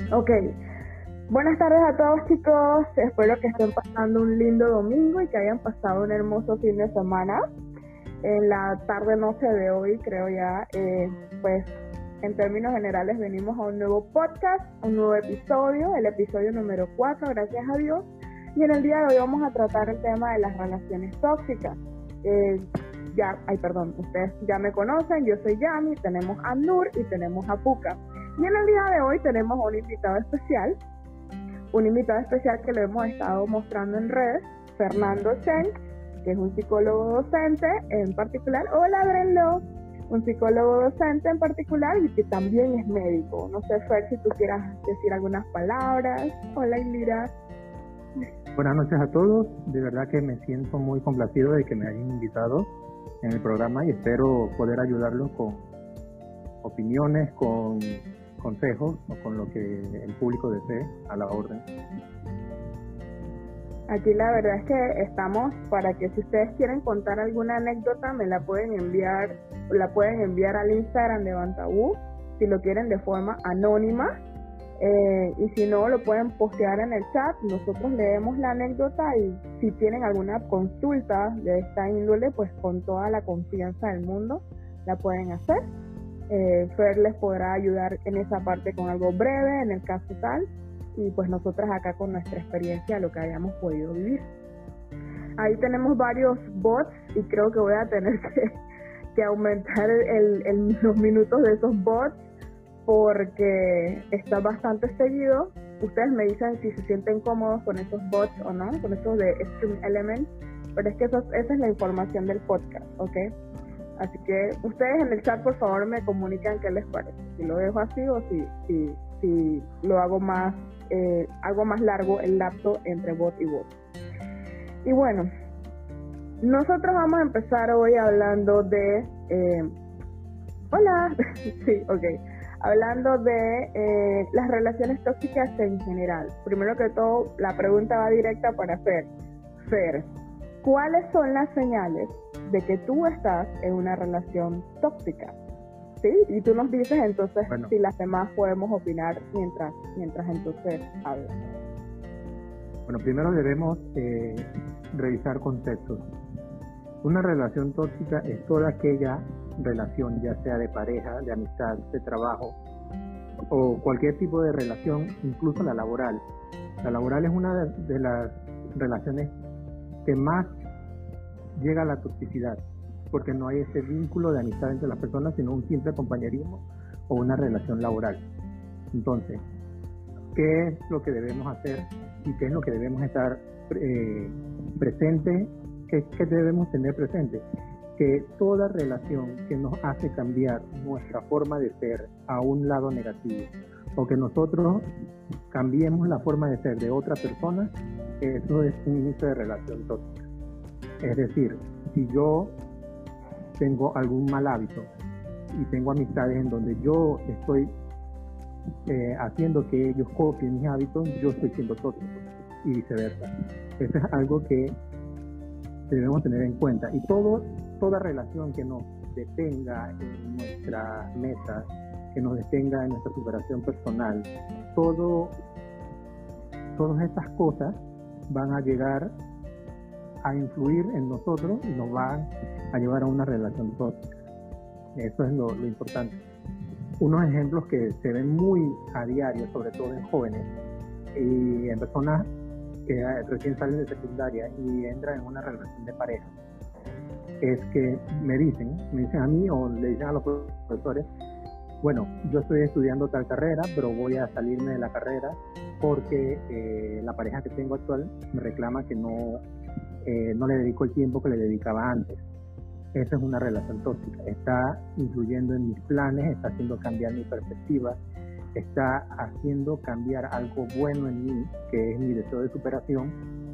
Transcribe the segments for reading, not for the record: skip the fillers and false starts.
Ok, buenas tardes a todos chicos, espero que estén pasando un lindo domingo y que hayan pasado un hermoso fin de semana. En la tarde-noche de hoy, creo ya, pues en términos generales venimos a un nuevo podcast, un nuevo episodio, el episodio número 4, gracias a Dios. Y en el día de hoy vamos a tratar el tema de las relaciones tóxicas. Ustedes ya me conocen, yo soy Yami, tenemos a Nur y tenemos a Puka. Y en el día de hoy tenemos un invitado especial que lo hemos estado mostrando en redes, Fernando Chen, que es un psicólogo docente en particular. Hola, Brenlo, un psicólogo docente en particular y que también es médico. No sé, Fer, si tú quieras decir algunas palabras. Hola, Indira. Buenas noches a todos, de verdad que me siento muy complacido de que me hayan invitado en el programa y espero poder ayudarlos con opiniones, con consejos o con lo que el público desee, a la orden. Aquí la verdad es que estamos para que si ustedes quieren contar alguna anécdota me la pueden enviar al Instagram de Bantabú, si lo quieren de forma anónima. Y si no, lo pueden postear en el chat, nosotros leemos la anécdota y si tienen alguna consulta de esta índole, pues con toda la confianza del mundo la pueden hacer. Fer les podrá ayudar en esa parte con algo breve, en el caso tal, y pues nosotras acá con nuestra experiencia, lo que hayamos podido vivir. Ahí tenemos varios bots y creo que voy a tener que aumentar los minutos de esos bots, porque está bastante seguido. Ustedes me dicen si se sienten cómodos con esos bots o no, con esos de Stream Elements, pero es que esa es la información del podcast, ¿ok? Así que ustedes en el chat por favor me comunican qué les parece, si lo dejo así o si lo hago más largo el lapso entre bot y bot. Y bueno, nosotros vamos a empezar hoy hablando de hola, sí, ok. Hablando de las relaciones tóxicas en general. Primero que todo, la pregunta va directa para Fer. Fer, ¿cuáles son las señales de que tú estás en una relación tóxica? ¿Sí? Y tú nos dices entonces si las demás podemos opinar mientras entonces hablas. Bueno, primero debemos revisar contextos. Una relación tóxica es toda aquella relación, ya sea de pareja, de amistad, de trabajo o cualquier tipo de relación, incluso la laboral. La laboral es una de las relaciones que más llega a la toxicidad, porque no hay ese vínculo de amistad entre las personas, sino un simple compañerismo o una relación laboral. Entonces, ¿qué es lo que debemos hacer y qué es lo que debemos estar presente? ¿Qué debemos tener presente? Que toda relación que nos hace cambiar nuestra forma de ser a un lado negativo, o que nosotros cambiemos la forma de ser de otra persona, eso es un inicio de relación tóxica. Es decir, si yo tengo algún mal hábito y tengo amistades en donde yo estoy haciendo que ellos copien mis hábitos, yo estoy siendo tóxico y viceversa. Eso es algo que debemos tener en cuenta. Y toda relación que nos detenga en nuestra meta, que nos detenga en nuestra superación personal, todas estas cosas van a llegar a influir en nosotros y nos van a llevar a una relación tóxica. Eso es lo importante. Unos ejemplos que se ven muy a diario, sobre todo en jóvenes y en personas que recién salen de secundaria y entran en una relación de pareja, es que me dicen a mí o le dicen a los profesores: bueno, yo estoy estudiando tal carrera, pero voy a salirme de la carrera porque la pareja que tengo actual me reclama que no le dedico el tiempo que le dedicaba antes. Esa es una relación tóxica. Está influyendo en mis planes, está haciendo cambiar mi perspectiva, está haciendo cambiar algo bueno en mí, que es mi deseo de superación,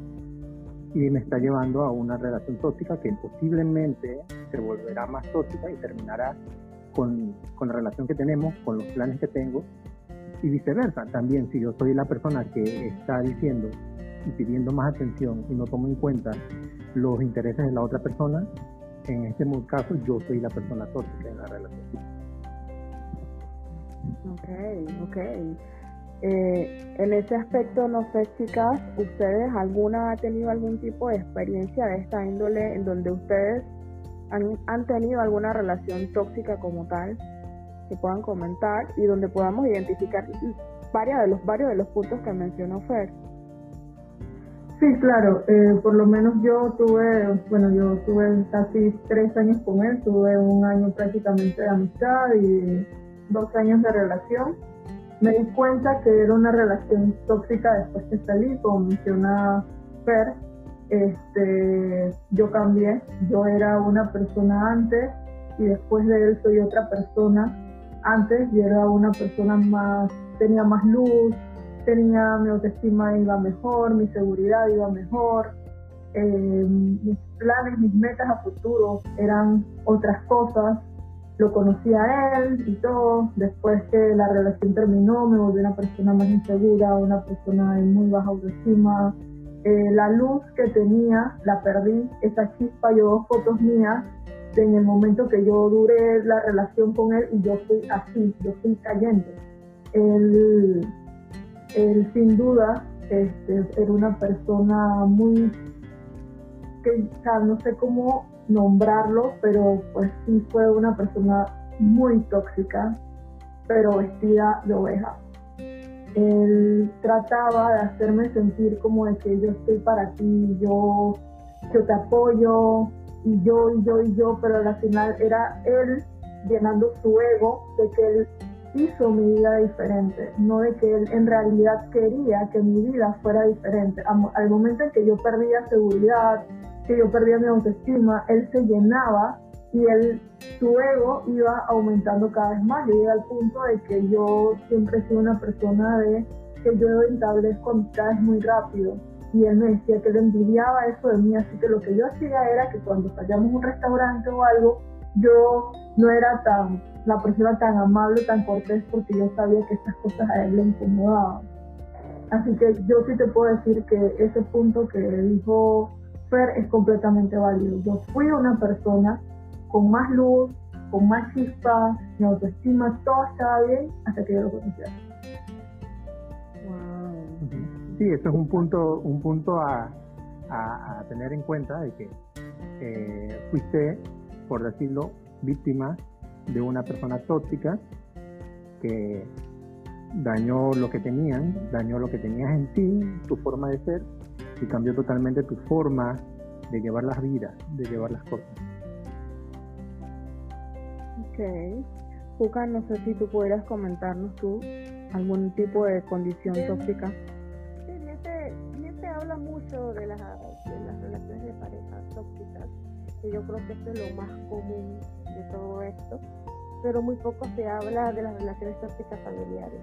y me está llevando a una relación tóxica que posiblemente se volverá más tóxica y terminará con la relación que tenemos, con los planes que tengo, y viceversa. También, si yo soy la persona que está diciendo y pidiendo más atención y no tomo en cuenta los intereses de la otra persona, en este caso yo soy la persona tóxica en la relación. Ok. En ese aspecto, no sé, chicas, ¿ustedes alguna ha tenido algún tipo de experiencia de esta índole en donde ustedes han tenido alguna relación tóxica como tal que puedan comentar y donde podamos identificar varios de los puntos que mencionó Fer? Sí, claro, por lo menos yo tuve casi 3 años con él, tuve un año prácticamente de amistad y 2 años de relación. Me di cuenta que era una relación tóxica después que salí, como menciona Fer. Yo cambié, yo era una persona antes y después de él soy otra persona. Antes yo era una persona tenía más luz, mi autoestima iba mejor, mi seguridad iba mejor, mis planes, mis metas a futuro eran otras cosas. Lo conocí a él y todo. Después que la relación terminó, me volví una persona más insegura, una persona de muy baja autoestima. La luz que tenía la perdí, esa chispa. Yo veo fotos mías en el momento que yo duré la relación con él y yo fui así, yo fui cayendo. Él sin duda era una persona muy, no sé cómo nombrarlo, pero pues sí fue una persona muy tóxica, pero vestida de oveja. Él trataba de hacerme sentir como de que yo estoy para ti, yo te apoyo, y yo, pero al final era él llenando su ego de que él hizo mi vida diferente, no de que él en realidad quería que mi vida fuera diferente. Al momento en que yo perdía seguridad, que yo perdía mi autoestima, él se llenaba y su ego iba aumentando cada vez más. Yo llegué al punto de que yo siempre he sido una persona que yo establezco amistades muy rápido, y él me decía que le envidiaba eso de mí, así que lo que yo hacía era que cuando salíamos a un restaurante o algo, yo no era la persona tan amable, tan cortés, porque yo sabía que estas cosas a él le incomodaban. Así que yo sí te puedo decir que ese punto que dijo Fer es completamente válido. Yo fui una persona con más luz, con más chispa, mi autoestima, todo estaba bien hasta que yo lo conocía. Wow. Sí, eso es un punto a tener en cuenta, de que fuiste, por decirlo, víctima de una persona tóxica que dañó lo que tenías en ti, tu forma de ser, y cambió totalmente tu forma de llevar las vidas, de llevar las cosas. Ok. Juca, no sé si tú pudieras comentarnos tú algún tipo de condición tóxica. Sí, bien se habla mucho de las relaciones de pareja tóxicas, que yo creo que esto es lo más común de todo esto, pero muy poco se habla de las relaciones tóxicas familiares.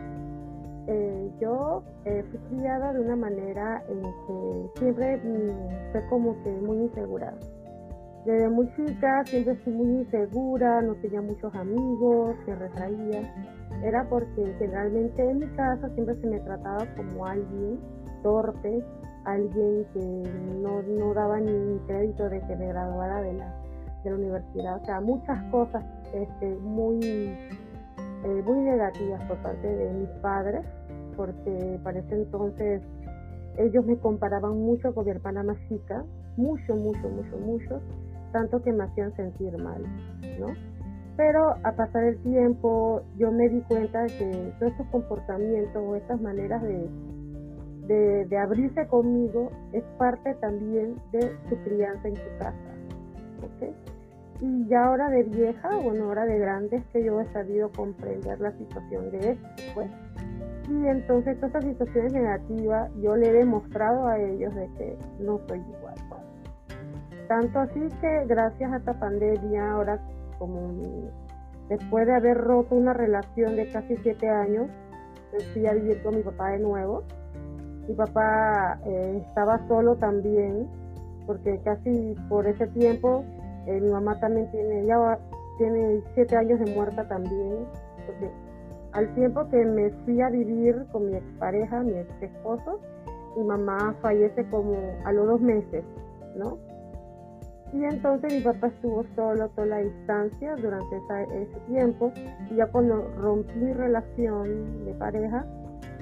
Yo fui criada de una manera en que siempre fue como que muy insegura. Desde muy chica siempre fui muy insegura, no tenía muchos amigos, me retraía. Era porque generalmente en mi casa siempre se me trataba como alguien torpe, alguien que no daba ni crédito de que me graduara de la universidad. O sea, muchas cosas muy negativas por parte de mis padres, porque para ese entonces ellos me comparaban mucho con mi hermana más chica, mucho, tanto que me hacían sentir mal, ¿no? Pero a pasar el tiempo yo me di cuenta de que todos estos comportamientos o estas maneras de abrirse conmigo es parte también de su crianza en su casa, ¿ok? Y ya ahora de vieja, ahora de grande, es que yo he sabido comprender la situación de esto, pues. Y entonces todas estas situaciones negativas yo le he demostrado a ellos de que no soy igual. Tanto así que gracias a esta pandemia, ahora como después de haber roto una relación de casi 7 años, me fui a vivir con mi papá de nuevo. Mi papá estaba solo también, porque casi por ese tiempo mi mamá también tiene 7 años de muerta también, porque al tiempo que me fui a vivir con mi expareja, mi ex esposo, mi mamá fallece como a los 2 meses, ¿no? Y entonces mi papá estuvo solo toda la distancia durante ese tiempo, y ya cuando rompí relación de pareja,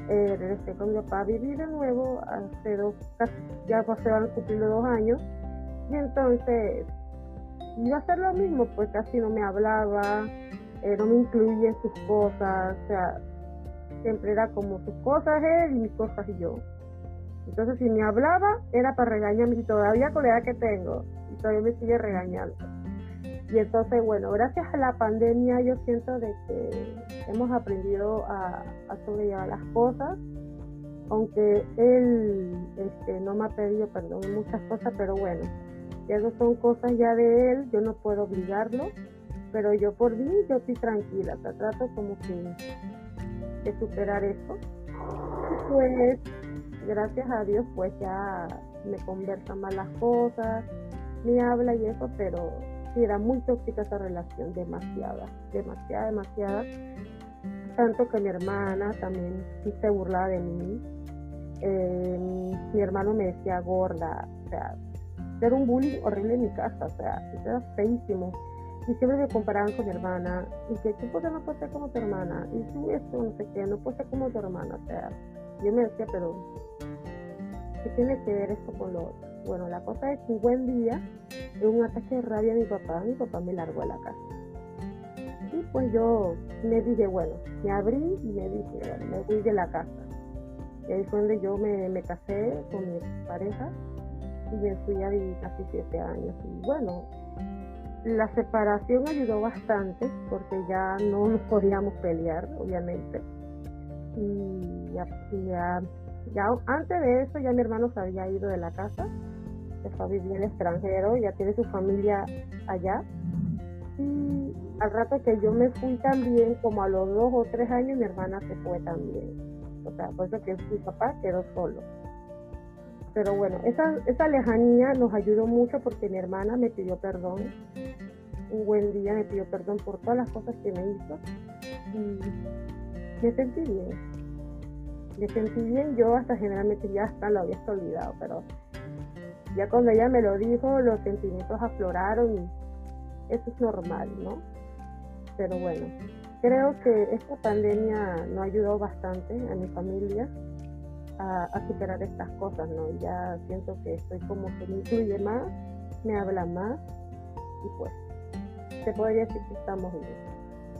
regresé con mi papá a vivir de nuevo ya se van a cumplir los 2 años, y entonces iba a hacer lo mismo, pues casi no me hablaba, no me incluía en sus cosas, o sea, siempre era como sus cosas él y mis cosas yo. Entonces si me hablaba era para regañarme, y todavía con la edad que tengo, y todavía me sigue regañando. Y entonces, bueno, gracias a la pandemia yo siento de que hemos aprendido a sobrellevar las cosas, aunque él no me ha pedido perdón en muchas cosas, pero bueno, ya no son cosas ya de él, yo no puedo obligarlo, pero yo por mí, yo estoy tranquila, trato como que de superar esto. Pues, gracias a Dios, pues ya me conversan más las cosas, me habla y eso, pero sí era muy tóxica esa relación, demasiada, tanto que mi hermana también sí se burlaba de mí. Mi hermano me decía gorda, o sea, era un bullying horrible en mi casa, o sea, era feísimo, y siempre me comparaban con mi hermana, y que tú no puedes ser como tu hermana, y tú esto, no sé qué, no puedes ser como tu hermana, o sea, yo me decía, pero ¿qué tiene que ver esto con lo otro? Bueno, la cosa es que un buen día, en un ataque de rabia mi papá me largó de la casa. Y pues yo me dije, bueno, me abrí y me dije, bueno, me fui de la casa. Y ahí fue donde yo me casé con mi pareja y me fui a vivir casi 7 años. Y bueno, la separación ayudó bastante porque ya no nos podíamos pelear, obviamente. Y ya antes de eso ya mi hermano se había ido de la casa, se fue a vivir en el extranjero, ya tiene su familia allá, y al rato que yo me fui también, como a los 2 o 3 años, mi hermana se fue también, o sea, por eso que mi papá quedó solo. Pero bueno, esa lejanía nos ayudó mucho porque mi hermana me pidió perdón, un buen día me pidió perdón por todas las cosas que me hizo, y me sentí bien, yo hasta generalmente ya hasta lo había olvidado, pero ya cuando ella me lo dijo, los sentimientos afloraron y eso es normal, ¿no? Pero bueno, creo que esta pandemia nos ayudó bastante a mi familia a superar estas cosas, ¿no? Ya siento que estoy como que me incluye más, me habla más y pues se podría decir que estamos bien.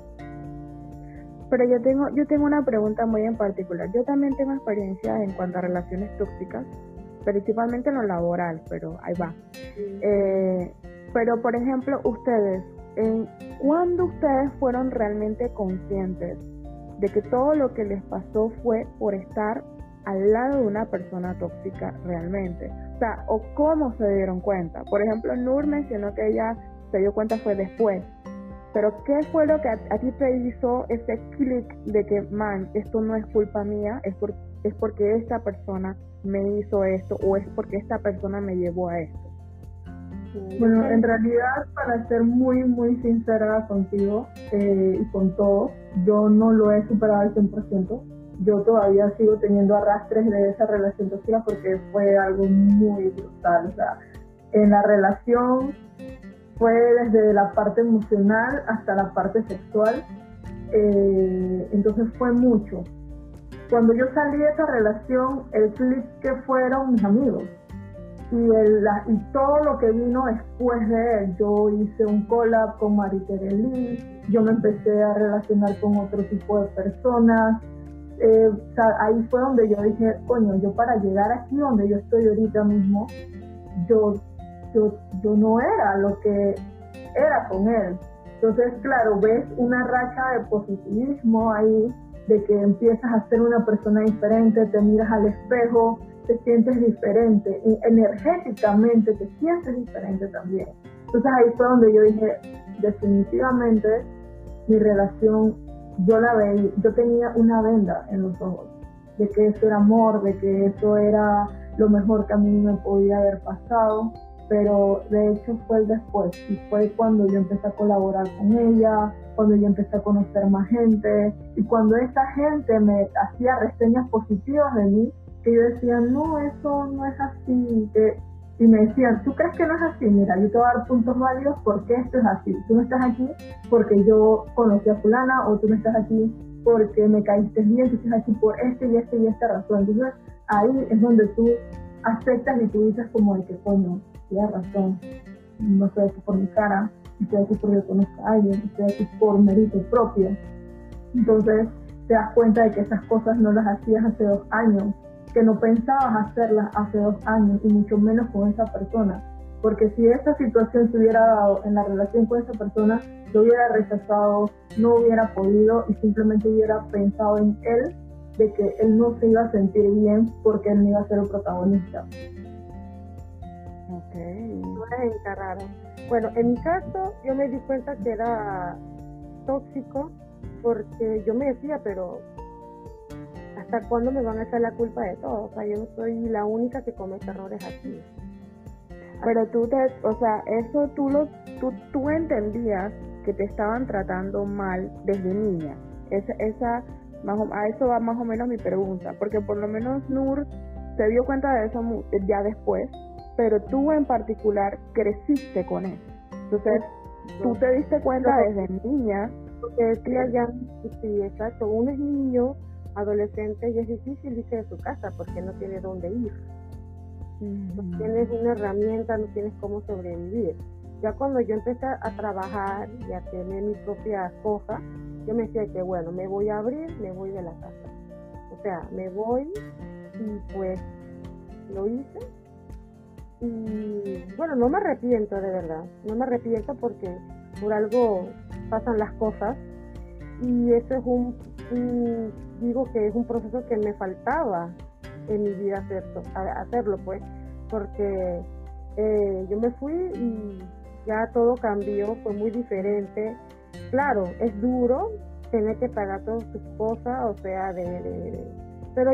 Pero yo tengo una pregunta muy en particular. Yo también tengo experiencia en cuanto a relaciones tóxicas, principalmente en lo laboral, pero ahí va. Pero, por ejemplo, ustedes, ¿cuándo ustedes fueron realmente conscientes de que todo lo que les pasó fue por estar al lado de una persona tóxica realmente? O sea, ¿o cómo se dieron cuenta? Por ejemplo, Nur mencionó que ella se dio cuenta fue después. Pero ¿qué fue lo que a ti te hizo ese clic de que, man, esto no es culpa mía, es porque esta persona me hizo esto o es porque esta persona me llevó a esto? Bueno, en realidad, para ser muy, muy sincera contigo y con todo, yo no lo he superado al 100%. Yo todavía sigo teniendo arrastres de esa relación tóxica porque fue algo muy brutal. O sea, en la relación fue desde la parte emocional hasta la parte sexual, entonces fue mucho. Cuando yo salí de esa relación, el clip que fueron mis amigos y todo lo que vino después de él. Yo hice un collab con Marie Terelli, yo me empecé a relacionar con otro tipo de personas, o sea, ahí fue donde yo dije, coño, yo para llegar aquí donde yo estoy ahorita mismo, yo no era lo que era con él. Entonces, claro, ves una racha de positivismo ahí, de que empiezas a ser una persona diferente, te miras al espejo, te sientes diferente, y energéticamente te sientes diferente también. Entonces ahí fue donde yo dije, definitivamente mi relación, yo la veía, yo tenía una venda en los ojos, de que eso era amor, de que eso era lo mejor que a mí me podía haber pasado, pero de hecho fue el después, y fue cuando yo empecé a colaborar con ella, cuando yo empecé a conocer más gente, y cuando esa gente me hacía reseñas positivas de mí, que yo decía, no, eso no es así, y me decían, ¿tú crees que no es así? Mira, yo te voy a dar puntos válidos porque esto es así. Tú no estás aquí porque yo conocí a fulana, o tú no estás aquí porque me caíste bien, tú estás aquí por esta razón. Entonces ahí es donde tú aceptas y tú dices como de que coño, tienes razón, no estoy aquí por mi cara, estoy aquí porque conozco a alguien, estoy aquí por mérito propio. Entonces te das cuenta de que esas cosas no las hacías hace 2 años, que no pensabas hacerlas hace 2 años y mucho menos con esa persona. Porque si esa situación se hubiera dado en la relación con esa persona, lo hubiera rechazado, no hubiera podido y simplemente hubiera pensado en él, de que él no se iba a sentir bien porque él no iba a ser el protagonista. Ok. No es encarrado. Bueno, en mi caso yo me di cuenta que era tóxico porque yo me decía, pero ¿hasta cuándo me van a echar la culpa de todo? O sea, yo no soy la única que comete errores aquí. Pero o sea, eso tú entendías que te estaban tratando mal desde niña. A eso va más o menos mi pregunta, porque por lo menos Nur se dio cuenta de eso ya después, pero tú en particular creciste con eso. Entonces, tú te diste cuenta desde niña. Porque decía ya, sí, exacto, uno es niño, adolescente y es difícil irse de su casa porque no tiene dónde ir. No tienes una herramienta, no tienes cómo sobrevivir. Ya cuando yo empecé a trabajar y a tener mi propia cosa, yo me decía que bueno, me voy a abrir, me voy de la casa. O sea, me voy y pues lo hice. Y bueno, no me arrepiento de verdad, no me arrepiento porque por algo pasan las cosas y eso es digo que es un proceso que me faltaba en mi vida hacerlo pues, porque yo me fui y ya todo cambió, fue muy diferente. Claro, es duro tener que pagar todas tus cosas, o sea, pero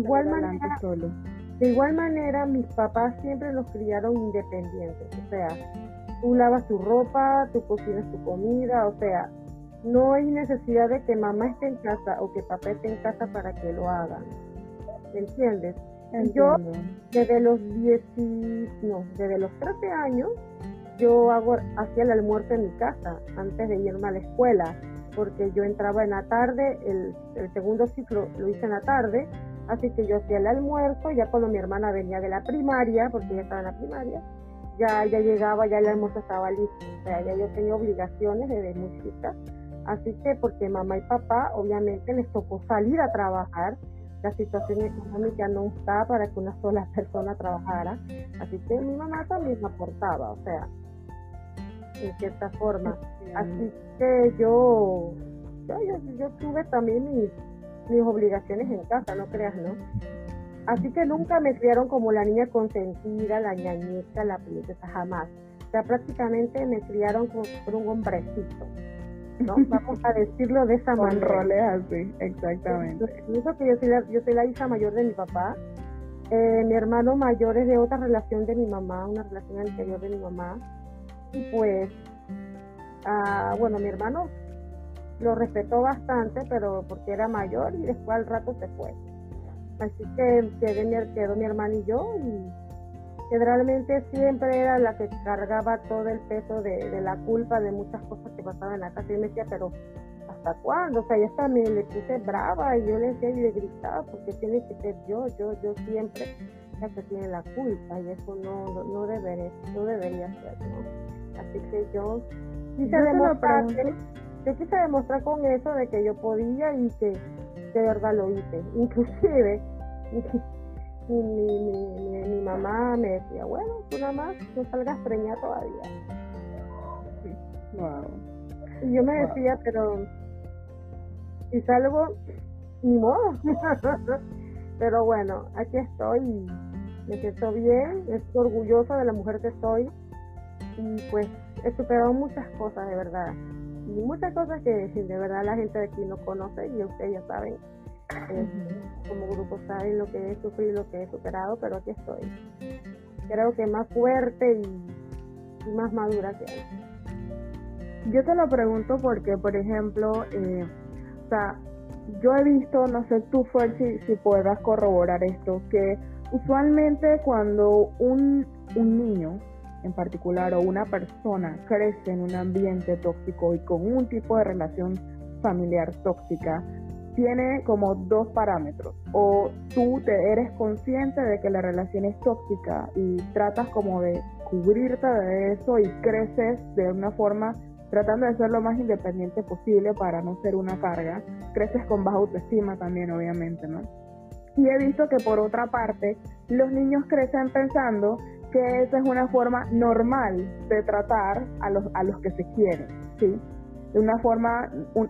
de igual manera mis papás siempre nos criaron independientes, o sea, tú lavas tu ropa, tú cocinas tu comida, o sea, no hay necesidad de que mamá esté en casa o que papá esté en casa para que lo hagan. ¿Me entiendes? Yo desde los 13 años yo hacía el almuerzo en mi casa antes de irme a la escuela, porque yo entraba en la tarde, el segundo ciclo lo hice en la tarde, así que yo hacía el almuerzo, ya cuando mi hermana venía de la primaria, porque ella estaba en la primaria, ya llegaba, ya el almuerzo estaba listo, o sea, ya yo tenía obligaciones desde muy chica, así que porque mamá y papá obviamente les tocó salir a trabajar, la situación económica no estaba para que una sola persona trabajara, así que mi mamá también me aportaba, o sea, en cierta forma, así que yo tuve también mis obligaciones en casa, no creas, ¿no? Así que nunca me criaron como la niña consentida, la ñañita, la princesa, jamás. O sea, prácticamente me criaron por un hombrecito, ¿no? Vamos a decirlo de esa manera. Con roles así, exactamente. Eso que yo soy la hija mayor de mi papá. Mi hermano mayor es de otra relación de mi mamá, una relación anterior de mi mamá. Y pues, bueno, mi hermano lo respetó bastante, pero porque era mayor y después al rato se fue. Así que quedó mi hermano y yo, y generalmente siempre era la que cargaba todo el peso de la culpa de muchas cosas que pasaban en la casa. Y me decía, pero ¿hasta cuándo? O sea, yo también le puse brava y yo le decía y le gritaba, porque tiene que ser yo siempre la que tiene la culpa, y eso no debería ser, ¿no? Así que yo quise demostrar con eso de que yo podía y que de verdad lo hice. Inclusive mi mamá me decía, bueno, tú nada más no salgas preñada todavía. Wow. Y yo me decía, pero si salgo, ni modo. Pero bueno, aquí estoy y me siento bien, estoy orgullosa de la mujer que soy, y pues he superado muchas cosas, de verdad, y muchas cosas que de verdad la gente de aquí no conoce, y ustedes ya saben, como grupo saben lo que he sufrido, lo que he superado, pero aquí estoy, creo que más fuerte y más madura que antes. Yo te lo pregunto porque, por ejemplo, o sea, yo he visto, no sé tú, Fer, si puedas corroborar esto, que usualmente cuando un niño en particular o una persona crece en un ambiente tóxico y con un tipo de relación familiar tóxica, tiene como dos parámetros: o tú eres consciente de que la relación es tóxica y tratas como de cubrirte de eso y creces de una forma tratando de ser lo más independiente posible para no ser una carga. Creces con baja autoestima también, obviamente, ¿no? Y he visto que por otra parte los niños crecen pensando que esa es una forma normal de tratar a los que se quieren, ¿sí? De una forma,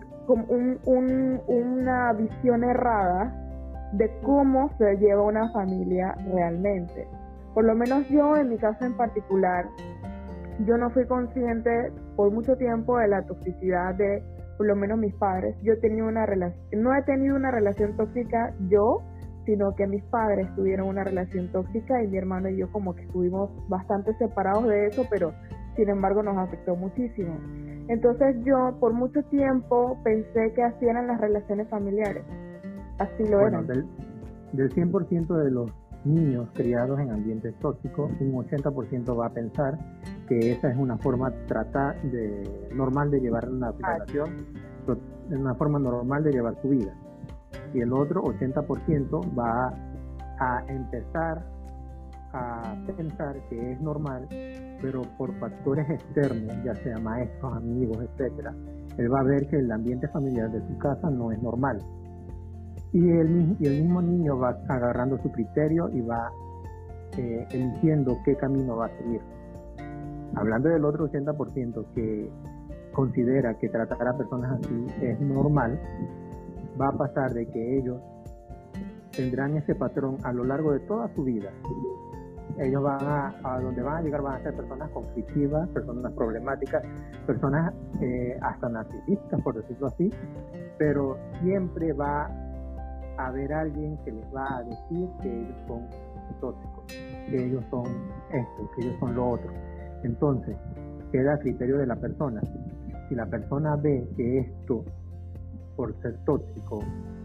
una visión errada de cómo se lleva una familia realmente. Por lo menos yo, en mi caso en particular, yo no fui consciente por mucho tiempo de la toxicidad de, por lo menos, mis padres. Yo tenía una relación, no he tenido una relación tóxica yo, sino que mis padres tuvieron una relación tóxica y mi hermano y yo como que estuvimos bastante separados de eso, pero sin embargo nos afectó muchísimo. Entonces yo por mucho tiempo pensé que así eran las relaciones familiares. Así lo eran. Del 100% de los niños criados en ambientes tóxicos, un 80% va a pensar que esa es una forma normal de llevar una relación, una forma normal de llevar su vida. Y el otro 80% va a empezar a pensar que es normal, pero por factores externos, ya sea maestros, amigos, etcétera, él va a ver que el ambiente familiar de su casa no es normal. Y el mismo niño va agarrando su criterio y va eligiendo qué camino va a seguir. Hablando del otro 80% que considera que tratar a personas así es normal, va a pasar de que ellos tendrán ese patrón a lo largo de toda su vida. Ellos van a donde van a llegar van a ser personas conflictivas, personas problemáticas, personas hasta narcisistas, por decirlo así, pero siempre va a haber alguien que les va a decir que ellos son tóxicos, que ellos son esto, que ellos son lo otro. Entonces, queda a criterio de la persona. Si la persona ve que esto, por ser tóxico,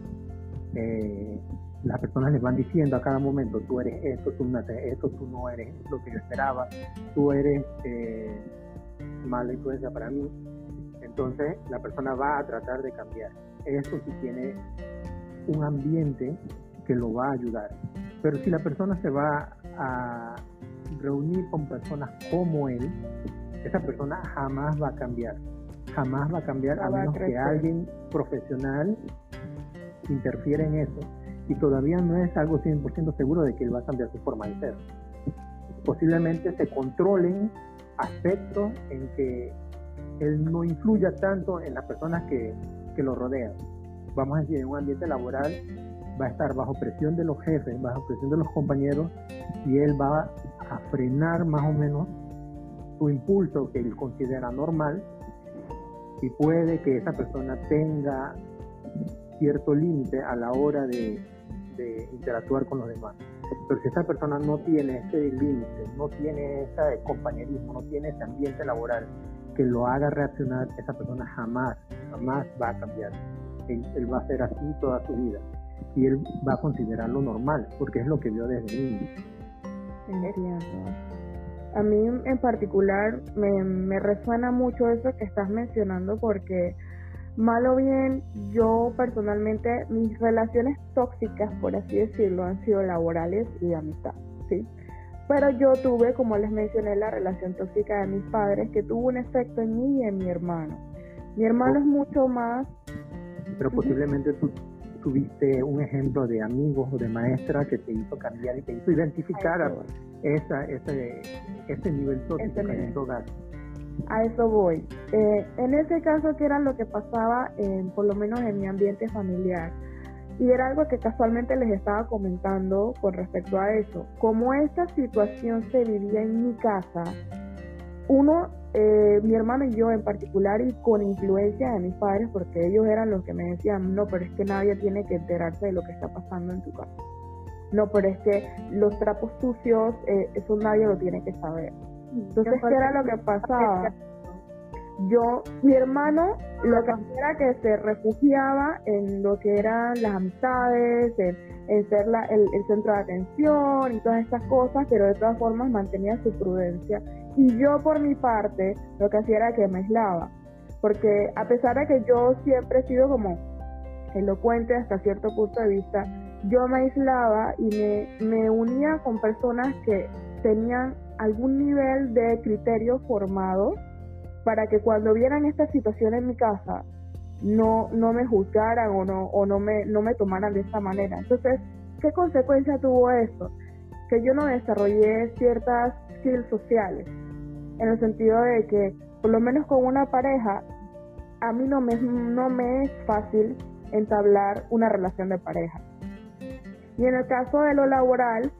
las personas les van diciendo a cada momento: tú eres esto, tú no eres lo que yo esperaba, tú eres mala influencia para mí. Entonces la persona va a tratar de cambiar. Eso sí tiene un ambiente que lo va a ayudar. Pero si la persona se va a reunir con personas como él, esa persona jamás va a cambiar. Jamás va a cambiar a menos que alguien profesional interfiera en eso. Y todavía no es algo 100% seguro de que él va a cambiar su forma de ser. Posiblemente se controlen aspectos en que él no influya tanto en las personas que lo rodean. Vamos a decir, en un ambiente laboral va a estar bajo presión de los jefes, bajo presión de los compañeros, y él va a frenar más o menos su impulso que él considera normal, y puede que esa persona tenga cierto límite a la hora de interactuar con los demás. Pero si esa persona no tiene ese límite, no tiene ese compañerismo, no tiene ese ambiente laboral que lo haga reaccionar, esa persona jamás va a cambiar. Él va a ser así toda su vida y él va a considerarlo normal porque es lo que vio desde niño. Entiendo. A mí en particular me resuena mucho eso que estás mencionando, porque mal o bien, yo personalmente, mis relaciones tóxicas, por así decirlo, han sido laborales y de amistad, ¿sí? Pero yo tuve, como les mencioné, la relación tóxica de mis padres, que tuvo un efecto en mí y en mi hermano. Mi hermano es mucho más... Pero posiblemente tú tuviste un ejemplo de amigos o de maestra que te hizo cambiar y te hizo identificar ese nivel tóxico que hay en tu hogar. A eso voy. En ese caso, ¿qué era lo que pasaba, por lo menos en mi ambiente familiar? Y era algo que casualmente les estaba comentando con respecto a eso. Como esta situación se vivía en mi casa, mi hermano y yo en particular, y con influencia de mis padres, porque ellos eran los que me decían: no, pero es que nadie tiene que enterarse de lo que está pasando en tu casa. No, pero es que los trapos sucios, eso nadie lo tiene que saber. Entonces, ¿qué era lo que pasaba? Mi hermano, lo que hacía era que se refugiaba en lo que eran las amistades, en ser el centro de atención y todas estas cosas, pero de todas formas mantenía su prudencia. Y yo, por mi parte, lo que hacía era que me aislaba, porque a pesar de que yo siempre he sido como elocuente hasta cierto punto de vista, yo me aislaba y me unía con personas que tenían algún nivel de criterio formado para que cuando vieran esta situación en mi casa no me juzgaran o no me tomaran de esta manera. Entonces, ¿qué consecuencia tuvo eso? Que yo no desarrollé ciertas skills sociales, en el sentido de que por lo menos con una pareja a mí no me es fácil entablar una relación de pareja. Y en el caso de lo laboral,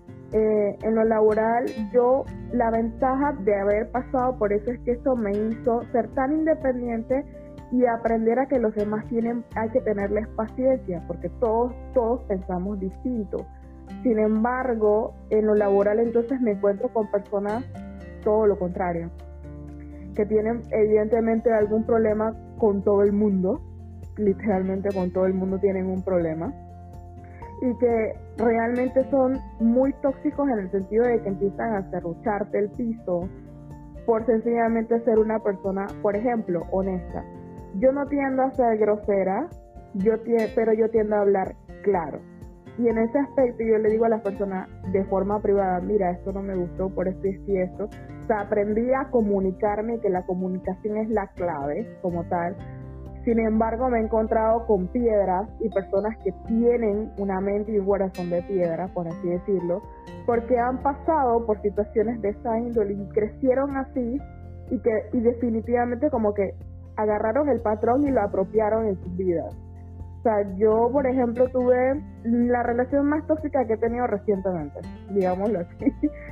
yo, la ventaja de haber pasado por eso es que esto me hizo ser tan independiente y aprender a que los demás hay que tenerles paciencia, porque todos pensamos distinto. Sin embargo, en lo laboral entonces me encuentro con personas todo lo contrario, que tienen evidentemente algún problema con todo el mundo, literalmente con todo el mundo tienen un problema, y que realmente son muy tóxicos en el sentido de que empiezan a serrucharte el piso por sencillamente ser una persona, por ejemplo, honesta. Yo no tiendo a ser grosera, pero yo tiendo a hablar claro. Y en ese aspecto yo le digo a las personas de forma privada, mira, esto no me gustó por esto y esto. O sea, aprendí a comunicarme, que la comunicación es la clave como tal. Sin embargo, me he encontrado con piedras y personas que tienen una mente y un corazón de piedra, por así decirlo, porque han pasado por situaciones de esa índole y crecieron así y definitivamente como que agarraron el patrón y lo apropiaron en sus vidas. O sea, yo, por ejemplo, tuve la relación más tóxica que he tenido recientemente, digámoslo así.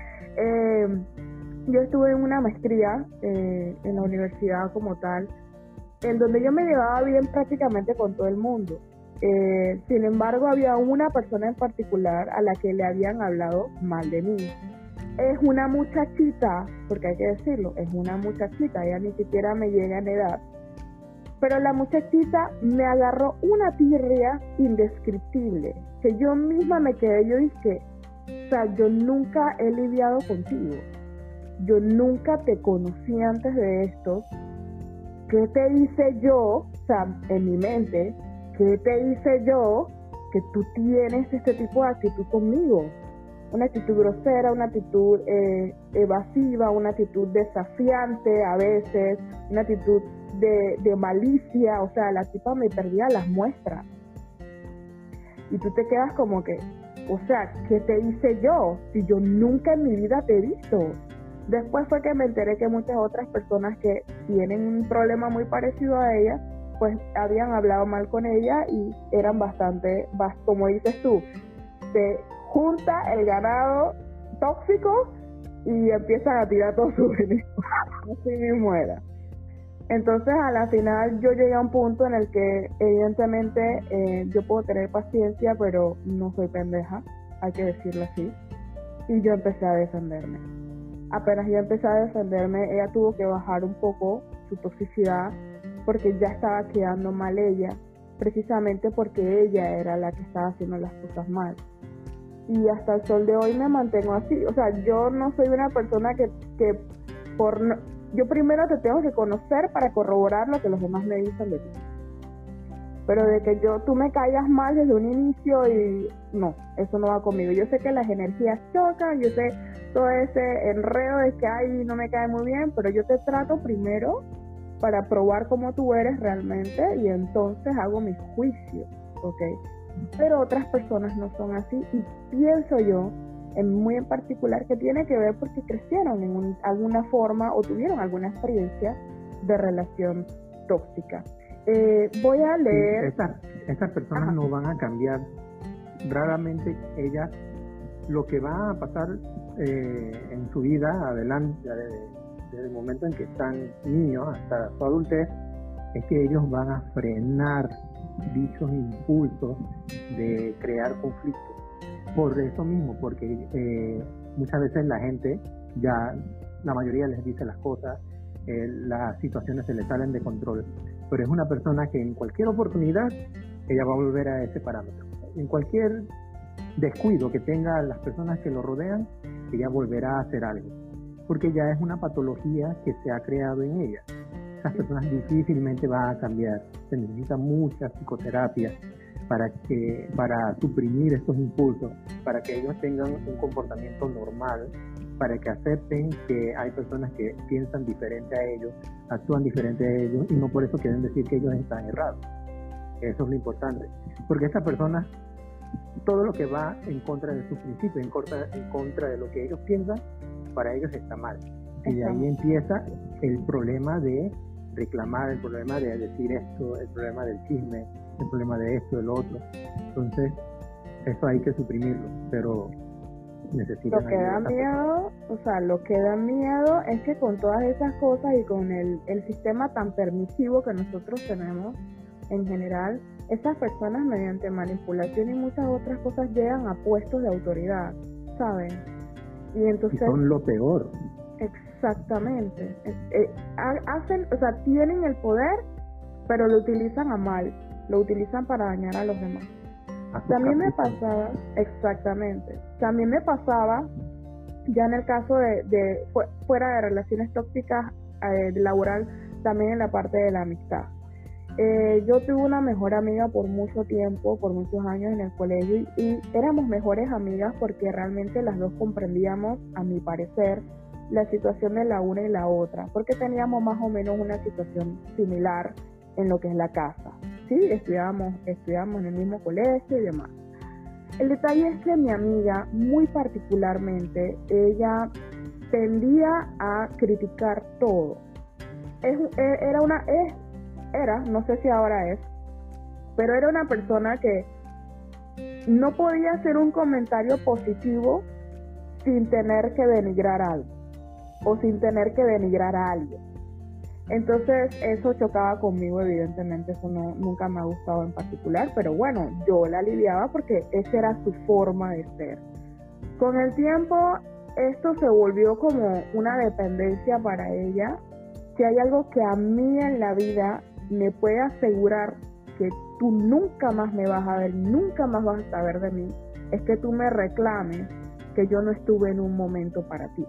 Yo estuve en una maestría en la universidad como tal, en donde yo me llevaba bien prácticamente con todo el mundo. Sin embargo, había una persona en particular a la que le habían hablado mal de mí. Es una muchachita, porque hay que decirlo, es una muchachita, ella ni siquiera me llega en edad. Pero la muchachita me agarró una tirria indescriptible, que yo misma me quedé, yo dije, o sea, yo nunca he lidiado contigo, yo nunca te conocí antes de esto, ¿qué te hice yo? O sea, en mi mente, ¿qué te hice yo que tú tienes este tipo de actitud conmigo? Una actitud grosera, una actitud evasiva, una actitud desafiante a veces, una actitud de malicia, o sea, la tipa me perdía las muestras. Y tú te quedas como que, o sea, ¿qué te hice yo? Si yo nunca en mi vida te he visto. Después fue que me enteré que muchas otras personas que tienen un problema muy parecido a ella, pues habían hablado mal con ella y eran bastante, como dices tú, se junta el ganado tóxico y empiezan a tirar todo su veneno. Así mismo era. Entonces, a la final, yo llegué a un punto en el que, evidentemente, yo puedo tener paciencia, pero no soy pendeja, hay que decirlo así. Y yo empecé a defenderme. Apenas yo empecé a defenderme, ella tuvo que bajar un poco su toxicidad, porque ya estaba quedando mal ella, precisamente porque ella era la que estaba haciendo las cosas mal. Y hasta el sol de hoy me mantengo así. O sea, yo no soy una persona que yo primero te tengo que conocer para corroborar lo que los demás me dicen de ti. Pero de que tú me caigas mal desde un inicio y no, eso no va conmigo. Yo sé que las energías chocan, yo sé todo ese enredo de que ay, no me cae muy bien, pero yo te trato primero para probar cómo tú eres realmente y entonces hago mis juicios, ¿ok? Pero otras personas no son así y pienso yo, muy en particular, que tiene que ver porque crecieron en alguna forma o tuvieron alguna experiencia de relación tóxica. Voy a leer... Estas personas no van a cambiar. Raramente ellas, lo que va a pasar en su vida adelante, desde el momento en que están niños hasta su adultez, es que ellos van a frenar dichos impulsos de crear conflictos. Por eso mismo, porque muchas veces la gente, ya la mayoría les dice las cosas, las situaciones se les salen de control, pero es una persona que en cualquier oportunidad ella va a volver a ese parámetro. En cualquier descuido que tengan las personas que lo rodean, ella volverá a hacer algo, porque ya es una patología que se ha creado en ella. Esas personas difícilmente van a cambiar, se necesita mucha psicoterapia, para suprimir estos impulsos, para que ellos tengan un comportamiento normal, para que acepten que hay personas que piensan diferente a ellos, actúan diferente a ellos, y no por eso quieren decir que ellos están errados. Eso es lo importante, porque estas personas, todo lo que va en contra de sus principios, en contra de lo que ellos piensan, para ellos está mal. Y de ahí empieza el problema de reclamar, el problema de decir esto, el problema del chisme, el problema de esto, del otro. Entonces, eso hay que suprimirlo, pero necesitan lo que da miedo, o sea, lo que da miedo es que con todas esas cosas y con el sistema tan permisivo que nosotros tenemos en general, esas personas mediante manipulación y muchas otras cosas llegan a puestos de autoridad, ¿saben? Y entonces son lo peor. Exactamente. Hacen, o sea, tienen el poder, pero lo utilizan a mal, lo utilizan para dañar a los demás. También me pasaba, exactamente, también me pasaba, ya en el caso de fuera de relaciones tóxicas laboral, también en la parte de la amistad. Yo tuve una mejor amiga por mucho tiempo, por muchos años en el colegio, y éramos mejores amigas porque realmente las dos comprendíamos, a mi parecer, la situación de la una y la otra, porque teníamos más o menos una situación similar en lo que es la casa. Sí, estudiábamos en el mismo colegio y demás. El detalle es que mi amiga, muy particularmente, ella tendía a criticar todo. No sé si ahora es, pero era una persona que no podía hacer un comentario positivo sin tener que denigrar algo o sin tener que denigrar a alguien. Entonces eso chocaba conmigo, evidentemente, eso nunca me ha gustado en particular, pero bueno, yo la lidiaba porque esa era su forma de ser. Con el tiempo esto se volvió como una dependencia para ella. Si hay algo que a mí en la vida me puede asegurar que tú nunca más me vas a ver, nunca más vas a saber de mí, es que tú me reclames que yo no estuve en un momento para ti.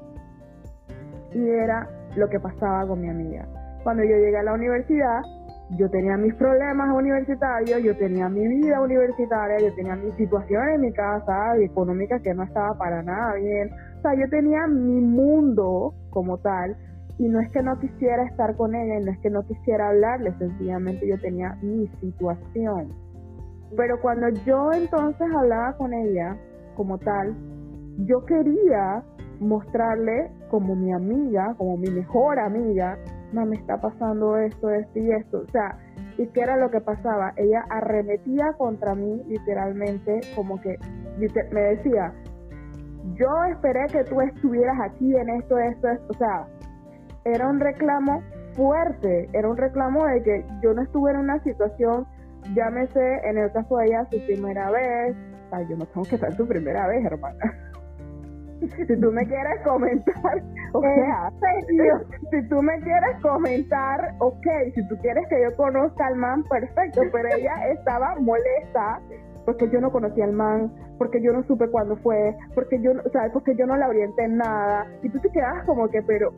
Y era lo que pasaba con mi amiga. Cuando yo llegué a la universidad, yo tenía mis problemas universitarios, yo tenía mi vida universitaria, yo tenía mi situación en mi casa económica que no estaba para nada bien. O sea, yo tenía mi mundo como tal, y no es que no quisiera estar con ella, y no es que no quisiera hablarle, sencillamente yo tenía mi situación. Pero cuando yo entonces hablaba con ella como tal, yo quería mostrarle como mi amiga, como mi mejor amiga, no, me está pasando esto y esto. O sea, ¿y qué era lo que pasaba? Ella arremetía contra mí literalmente, como que me decía, yo esperé que tú estuvieras aquí en esto. O sea, era un reclamo fuerte, era un reclamo de que yo no estuve en una situación, llámese en el caso de ella su primera vez. O sea, yo no tengo que ser tu primera vez, hermana. Si tú me quieres comentar, si tú me quieres comentar, si tú quieres que yo conozca al man, perfecto, pero ella estaba molesta porque yo no conocía al man, porque yo no supe cuándo fue, porque yo no la orienté en nada, y tú te quedabas como que, pero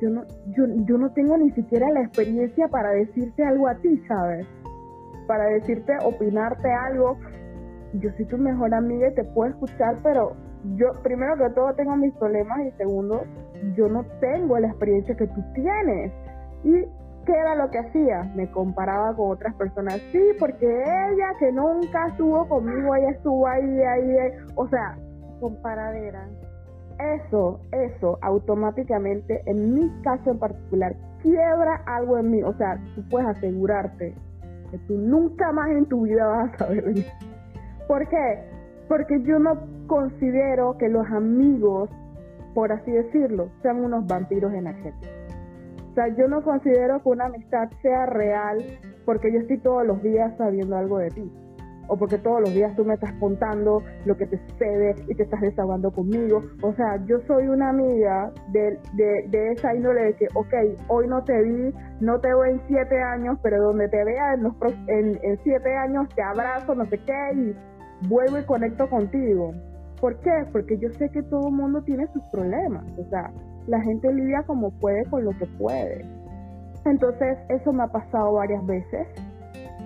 yo no tengo ni siquiera la experiencia para decirte algo a ti, ¿sabes? Para decirte, opinarte algo. Yo soy tu mejor amiga y te puedo escuchar, pero yo, primero que todo, tengo mis problemas, y segundo, yo no tengo la experiencia que tú tienes. ¿Y qué era lo que hacía? Me comparaba con otras personas. Sí, porque ella, que nunca estuvo conmigo, ella estuvo ahí. O sea, comparadera. Eso automáticamente, en mi caso en particular, quiebra algo en mí. O sea, tú puedes asegurarte que tú nunca más en tu vida vas a saber de mí. ¿Por qué? Porque yo no considero que los amigos, por así decirlo, sean unos vampiros energéticos. O sea, yo no considero que una amistad sea real porque yo estoy todos los días sabiendo algo de ti. O porque todos los días tú me estás contando lo que te sucede y te estás desahogando conmigo. O sea, yo soy una amiga de esa índole de que, hoy no te vi, no te veo en 7 años, pero donde te vea en 7 años te abrazo, no sé qué, y vuelvo y conecto contigo. ¿Por qué? Porque yo sé que todo el mundo tiene sus problemas. O sea, la gente lidia como puede con lo que puede. Entonces, eso me ha pasado varias veces.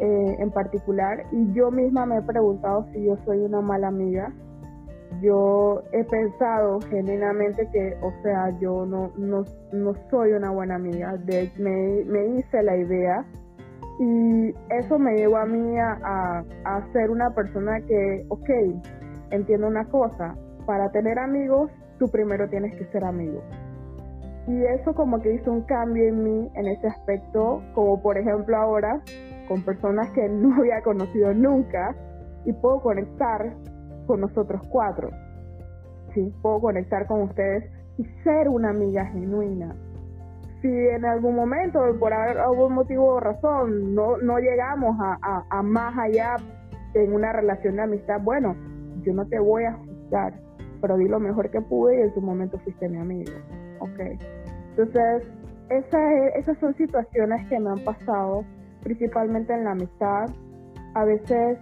en particular, y yo misma me he preguntado si yo soy una mala amiga. Yo he pensado genuinamente que, o sea, yo no soy una buena amiga. Me hice la idea, y eso me llevó a mí a ser una persona que, ok, entiendo una cosa, para tener amigos, tú primero tienes que ser amigo. Y eso como que hizo un cambio en mí en ese aspecto, como por ejemplo ahora, con personas que no había conocido nunca, y puedo conectar con nosotros 4, ¿sí? Puedo conectar con ustedes y ser una amiga genuina. Si en algún momento, por algún motivo o razón, no llegamos a más allá en una relación de amistad, bueno, yo no te voy a juzgar, pero di lo mejor que pude y en su momento fuiste mi amigo, ¿ok? Entonces, esas son situaciones que me han pasado, principalmente en la amistad. A veces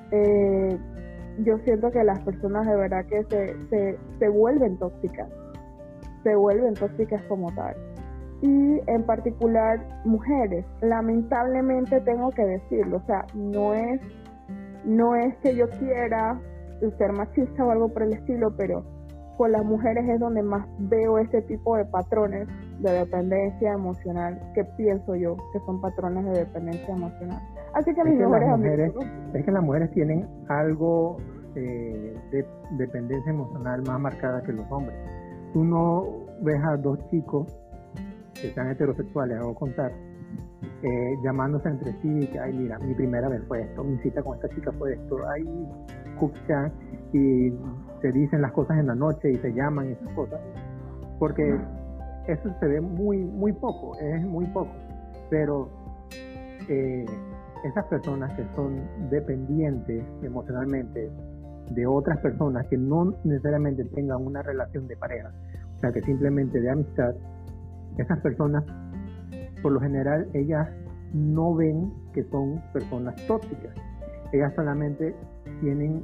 yo siento que las personas de verdad que se vuelven tóxicas como tal. Y en particular mujeres, lamentablemente tengo que decirlo, o sea, no es que yo quiera ser machista o algo por el estilo, pero con las mujeres es donde más veo ese tipo de patrones de dependencia emocional, que pienso yo que son patrones de dependencia emocional. Así que mis mejores amigos, ¿no? Es que las mujeres tienen algo de dependencia emocional más marcada que los hombres. Tú no ves a 2 chicos que sean heterosexuales, hago contar, llamándose entre sí, que, ay, mira, mi primera vez fue esto, mi cita con esta chica fue esto, ay, cuchan, y se dicen las cosas en la noche y se llaman y esas cosas, porque eso se ve muy poco, es muy poco, pero esas personas que son dependientes emocionalmente de otras personas que no necesariamente tengan una relación de pareja, o sea, que simplemente de amistad, esas personas, por lo general, ellas no ven que son personas tóxicas. Ellas solamente tienen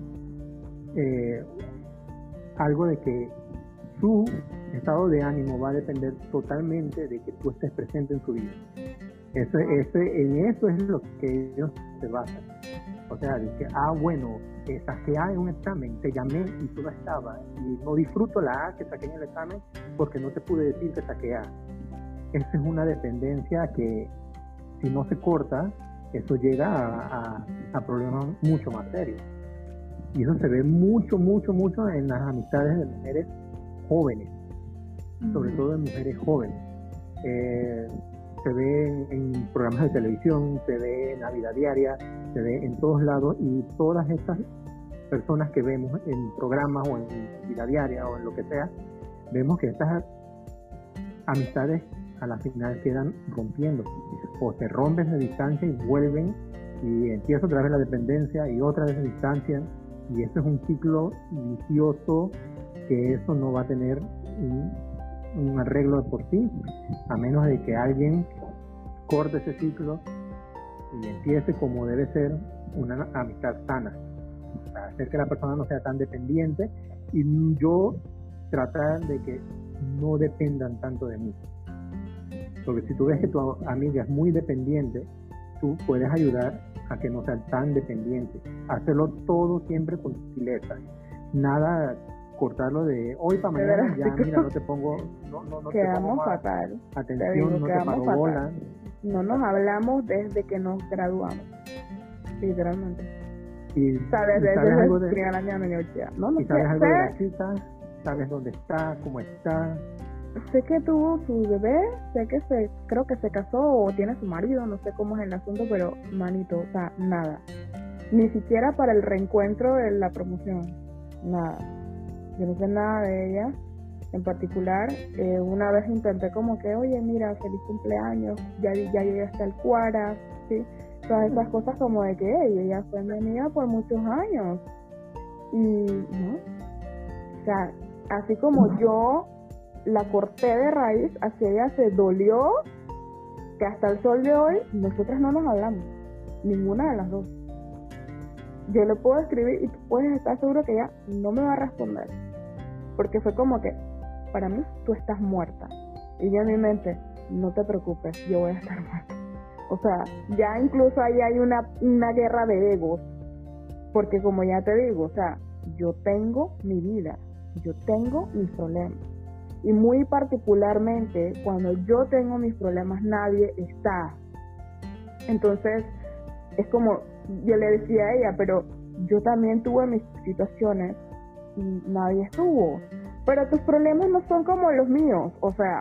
algo de que su estado de ánimo va a depender totalmente de que tú estés presente en su vida. En eso es lo que ellos se basan. O sea, dice, bueno, saqué A en un examen, te llamé y tú no estabas, y no disfruto la A que saqué en el examen porque no te pude decir que saqué A. Esa es una dependencia que, si no se corta, eso llega a problemas mucho más serios. Y eso se ve mucho en las amistades de mujeres jóvenes, sobre todo en mujeres jóvenes. Se ve en programas de televisión, se ve en la vida diaria, se ve en todos lados, y todas estas personas que vemos en programas o en vida diaria o en lo que sea, vemos que estas amistades a la final quedan rompiendo, o se rompen de distancia y vuelven, y empieza otra vez la dependencia y otra vez de distancia, y eso es un ciclo vicioso que eso no va a tener un arreglo de por sí, a menos de que alguien corte ese ciclo y empiece como debe ser una amistad sana, para hacer que la persona no sea tan dependiente y yo tratar de que no dependan tanto de mí. Porque si tú ves que tu amiga es muy dependiente, tú puedes ayudar a que no sea tan dependiente. Hacerlo todo siempre con sutileza. Nada cortarlo de hoy para mañana, ya mira, no te pongo, no quedamos fatal. Atención, no te paro bola. No nos hablamos desde que nos graduamos, literalmente. Y sabes desde el primer año de la universidad. Y sabes algo de la chica, sabes dónde está, cómo está. Sé que tuvo su bebé, creo que se casó o tiene su marido, no sé cómo es el asunto, pero manito, o sea, nada. Ni siquiera para el reencuentro de la promoción, nada. Yo no sé nada de ella en particular. Una vez intenté como que, oye, mira, feliz cumpleaños, ya llegué hasta el Cuara, ¿sí? Todas esas cosas como de que ella fue mi amiga por muchos años. Y, ¿no? O sea, así como yo la corté de raíz, así ella se dolió, que hasta el sol de hoy nosotras no nos hablamos, ninguna de las dos. Yo le puedo escribir y tú puedes estar seguro que ella no me va a responder, porque fue como que, para mí, tú estás muerta. Y yo en mi mente, no te preocupes, yo voy a estar muerta. O sea, ya incluso ahí hay una guerra de egos, porque como ya te digo, o sea, yo tengo mi vida, yo tengo mis problemas. Y muy particularmente, cuando yo tengo mis problemas, nadie está. Entonces, es como, yo le decía a ella, pero yo también tuve mis situaciones y nadie estuvo. Pero tus problemas no son como los míos, o sea,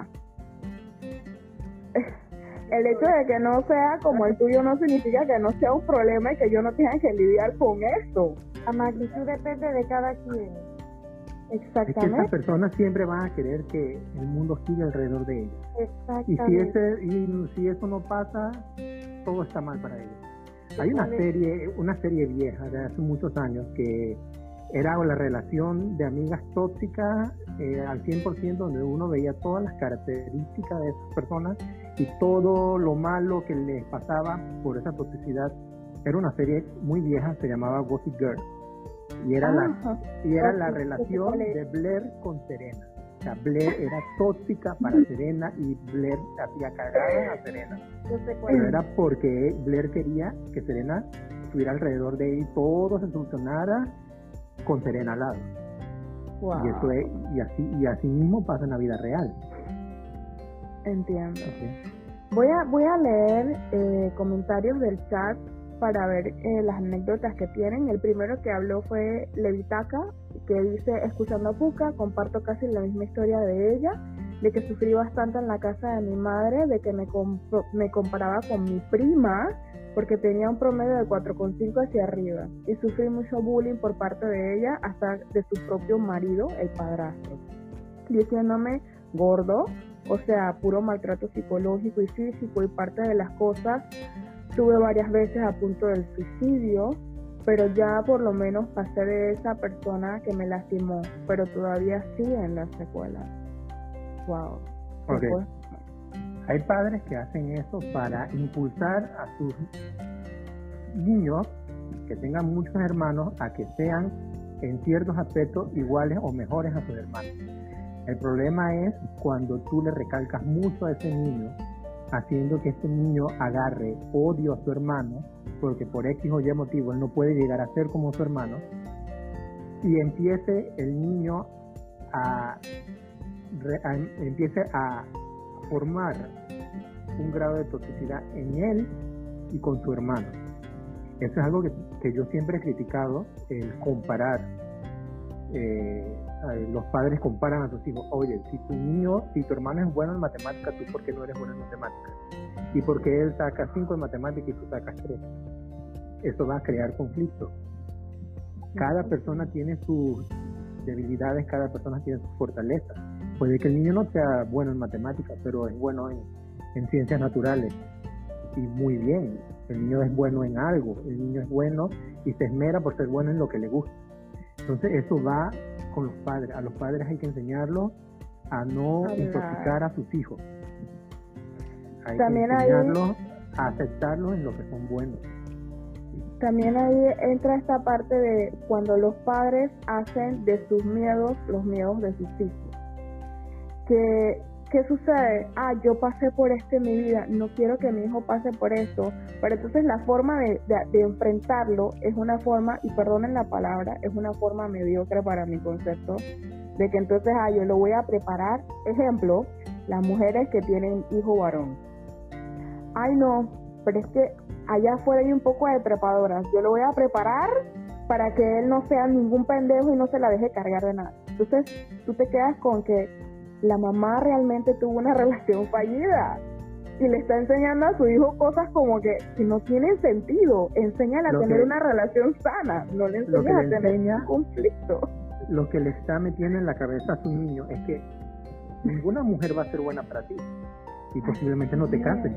el hecho de que no sea como el tuyo no significa que no sea un problema y que yo no tenga que lidiar con eso. La magnitud depende de cada quien. Exactamente. Es que esas personas siempre van a querer que el mundo gire alrededor de ellos. Exactamente. Y si eso no pasa, todo está mal para ellos. Hay una serie vieja de hace muchos años que era la relación de amigas tóxicas al 100%, donde uno veía todas las características de esas personas y todo lo malo que les pasaba por esa toxicidad. Era una serie muy vieja, se llamaba Gossip Girl, y era la relación de Blair con Serena. O sea, Blair era tóxica para Serena y Blair hacía cagada a Serena. Pero era porque Blair quería que Serena estuviera alrededor de él y todo se solucionara con Serena al lado. Wow. Y así mismo pasa en la vida real. Entiendo. Okay. Voy a leer comentarios del chat para ver las anécdotas que tienen. El primero que habló fue Levitaca, que dice: escuchando a Puka, comparto casi la misma historia de ella, de que sufrí bastante en la casa de mi madre, de que me comparaba con mi prima porque tenía un promedio de 4,5 hacia arriba, y sufrí mucho bullying por parte de ella, hasta de su propio marido, el padrastro, diciéndome gordo, o sea, puro maltrato psicológico y físico, y parte de las cosas tuve varias veces a punto del suicidio, pero ya por lo menos pasé de esa persona que me lastimó, pero todavía sigue en la secuela. Wow. Okay. Hay padres que hacen eso para impulsar a sus niños que tengan muchos hermanos a que sean en ciertos aspectos iguales o mejores a sus hermanos. El problema es cuando tú le recalcas mucho a ese niño, haciendo que este niño agarre odio a su hermano, porque por X o Y motivo él no puede llegar a ser como su hermano, y empiece el niño empiece a formar un grado de toxicidad en él y con su hermano. Eso es algo que yo siempre he criticado, el comparar. Los padres comparan a sus hijos. Oye, si tu hermano es bueno en matemáticas, ¿tú por qué no eres bueno en matemáticas? Y porque él saca 5 en matemáticas y tú sacas 3. Eso va a crear conflicto. Cada persona tiene sus debilidades, cada persona tiene sus fortalezas. Puede que el niño no sea bueno en matemáticas, pero es bueno en ciencias naturales. Y muy bien, el niño es bueno en algo, el niño es bueno y se esmera por ser bueno en lo que le gusta. Entonces eso va con los padres. A los padres hay que enseñarlos a no intoxicar a sus hijos. Hay también que enseñarlos a aceptarlos en lo que son buenos. También ahí entra esta parte de cuando los padres hacen de sus miedos los miedos de sus hijos. ¿Qué sucede? Yo pasé por esto en mi vida, no quiero que mi hijo pase por esto, pero entonces la forma de enfrentarlo es una forma, y perdonen la palabra, es una forma mediocre para mi concepto, de que entonces yo lo voy a preparar. Ejemplo, las mujeres que tienen hijo varón. No, pero es que allá afuera hay un poco de trepadoras, yo lo voy a preparar para que él no sea ningún pendejo y no se la deje cargar de nada. Entonces tú te quedas con que la mamá realmente tuvo una relación fallida y le está enseñando a su hijo cosas como que no tienen sentido. Enséñale a tener una relación sana, no le enseñes a tener un conflicto. Lo que le está metiendo en la cabeza a su niño es que ninguna mujer va a ser buena para ti y posiblemente no te cases.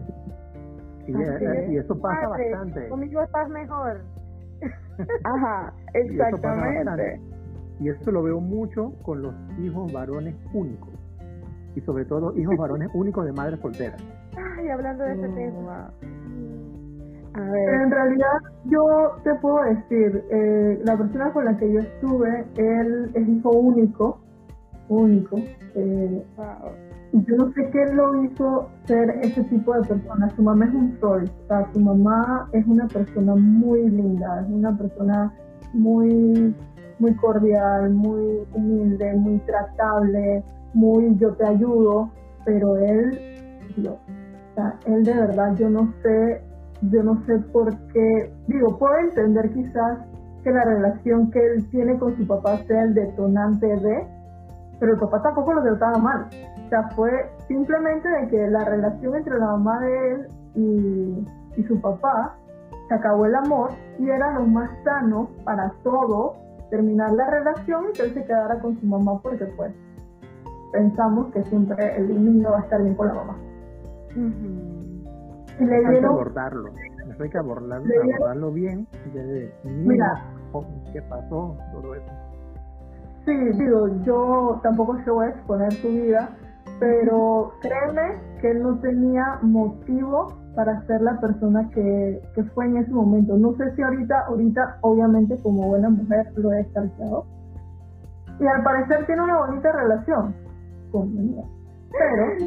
Y eso pasa bastante. Conmigo estás mejor. Ajá, exactamente. Y eso lo veo mucho con los hijos varones únicos. Y sobre todo hijos varones únicos de madres solteras. Hablando de ese tema. A ver. En realidad, yo te puedo decir, la persona con la que yo estuve, él es hijo único. yo no sé qué lo hizo ser ese tipo de persona. Su mamá es un sol, o sea, su mamá es una persona muy linda, es una persona muy, muy cordial, muy humilde, muy tratable, muy yo te ayudo, pero él, Dios, o sea, él de verdad yo no sé por qué, digo, puedo entender quizás que la relación que él tiene con su papá sea el detonante de, pero el papá tampoco lo trataba mal. O sea, fue simplemente de que la relación entre la mamá de él y su papá se acabó el amor y era lo más sano para todos terminar la relación y que él se quedara con su mamá porque pues pensamos que siempre el niño va a estar bien con la mamá. Uh-huh. Y le Hay que dieron, abordarlo. Eso hay que abordarlo bien. Mira, ¿qué pasó? Todo eso. sí, digo, yo tampoco se voy a exponer su vida, pero créeme que él no tenía motivo para ser la persona que fue en ese momento. No sé si ahorita obviamente como buena mujer lo he descartado. Y al parecer tiene una bonita relación con mi hija. Pero,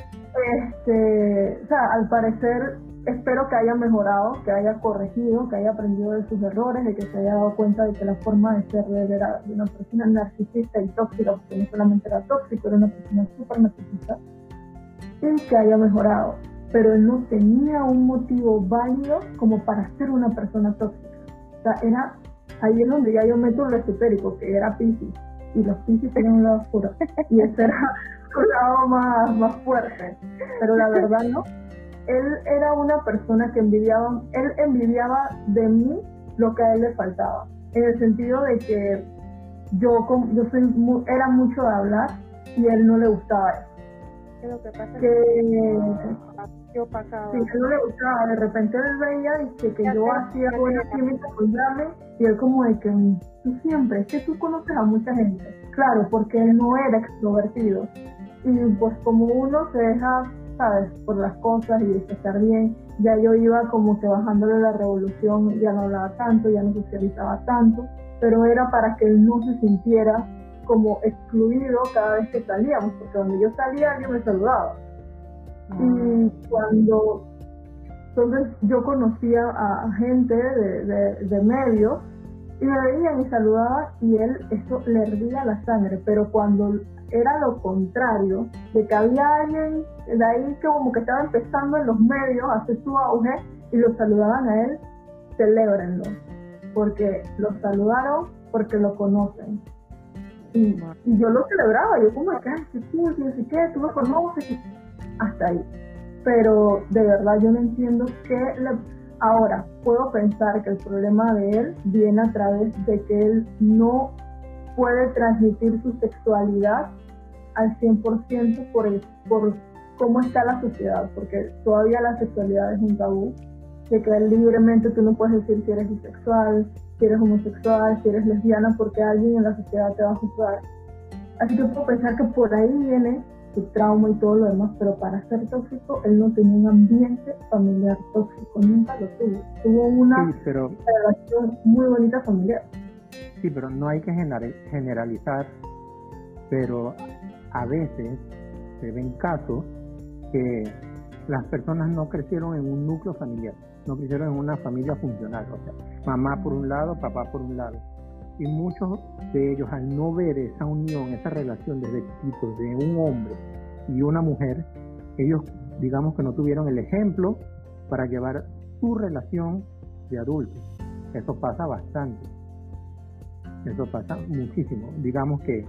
o sea, al parecer espero que haya mejorado, que haya corregido, que haya aprendido de sus errores, de que se haya dado cuenta de que la forma de ser de él era de una persona narcisista y tóxica, porque no solamente era tóxico, era una persona súper narcisista, y que haya mejorado. Pero él no tenía un motivo válido como para ser una persona tóxica. O sea, era ahí es donde ya yo meto lo esotérico, que era Piscis, y los Piscis tienen un lado oscuro, y ese era un lado más fuerte, pero la verdad no. Él era una persona que él envidiaba de mí lo que a él le faltaba, en el sentido de que era mucho de hablar y a él no le gustaba eso. ¿Qué es lo que pasa? Yo pasaba. Sí, a él no le gustaba, de repente él veía que yo hacía buena química con Yame y él como de que tú siempre, es que tú conoces a mucha gente. Claro, porque él no era extrovertido y pues como uno se deja, sabes, por las cosas y de estar bien, ya yo iba como que bajándole la revolución, ya no hablaba tanto, ya no socializaba tanto, pero era para que él no se sintiera como excluido cada vez que salíamos, porque cuando yo salía alguien me saludaba. Y cuando entonces yo conocía a gente de medios y me veían y saludaba y él, eso le hervía la sangre, pero cuando era lo contrario, de que había alguien de ahí que como que estaba empezando en los medios a hacer su auge y lo saludaban a él, celébrenlo, porque lo saludaron porque lo conocen. Y yo lo celebraba, yo como que, qué cool, qué, tú me conoces, hasta ahí. Pero de verdad yo no entiendo ahora puedo pensar que el problema de él viene a través de que él no puede transmitir su sexualidad al 100% por cómo está la sociedad, porque todavía la sexualidad es un tabú, de que libremente tú no puedes decir si eres bisexual, si eres homosexual, si eres lesbiana, porque alguien en la sociedad te va a juzgar. Así que puedo pensar que por ahí viene su trauma y todo lo demás, pero para ser tóxico, él no tenía un ambiente familiar tóxico, nunca lo tuvo. Tuvo una relación muy bonita familiar. Sí, pero no hay que generalizar, pero a veces se ven casos que las personas no crecieron en un núcleo familiar, no crecieron en una familia funcional, o sea, mamá por un lado, papá por un lado. Y muchos de ellos, al no ver esa unión, esa relación desde chiquitos de un hombre y una mujer, ellos digamos que no tuvieron el ejemplo para llevar su relación de adultos. Eso pasa bastante. Eso pasa muchísimo. Digamos que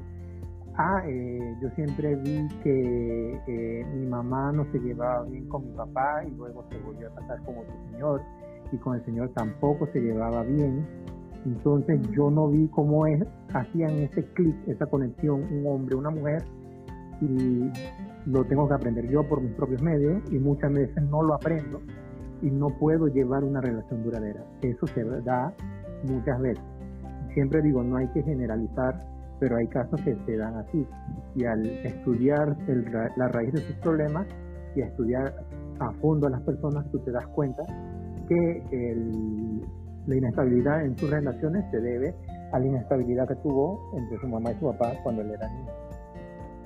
yo siempre vi que mi mamá no se llevaba bien con mi papá y luego se volvió a casar con otro señor y con el señor tampoco se llevaba bien. Entonces yo no vi cómo hacían ese clic, esa conexión, un hombre, una mujer, y lo tengo que aprender yo por mis propios medios y muchas veces no lo aprendo y no puedo llevar una relación duradera. Eso se da muchas veces. Siempre digo, no hay que generalizar, pero hay casos que se dan así. Y al estudiar la raíz de sus problemas y a estudiar a fondo a las personas, tú te das cuenta que la inestabilidad en sus relaciones se debe a la inestabilidad que tuvo entre su mamá y su papá cuando él era niño.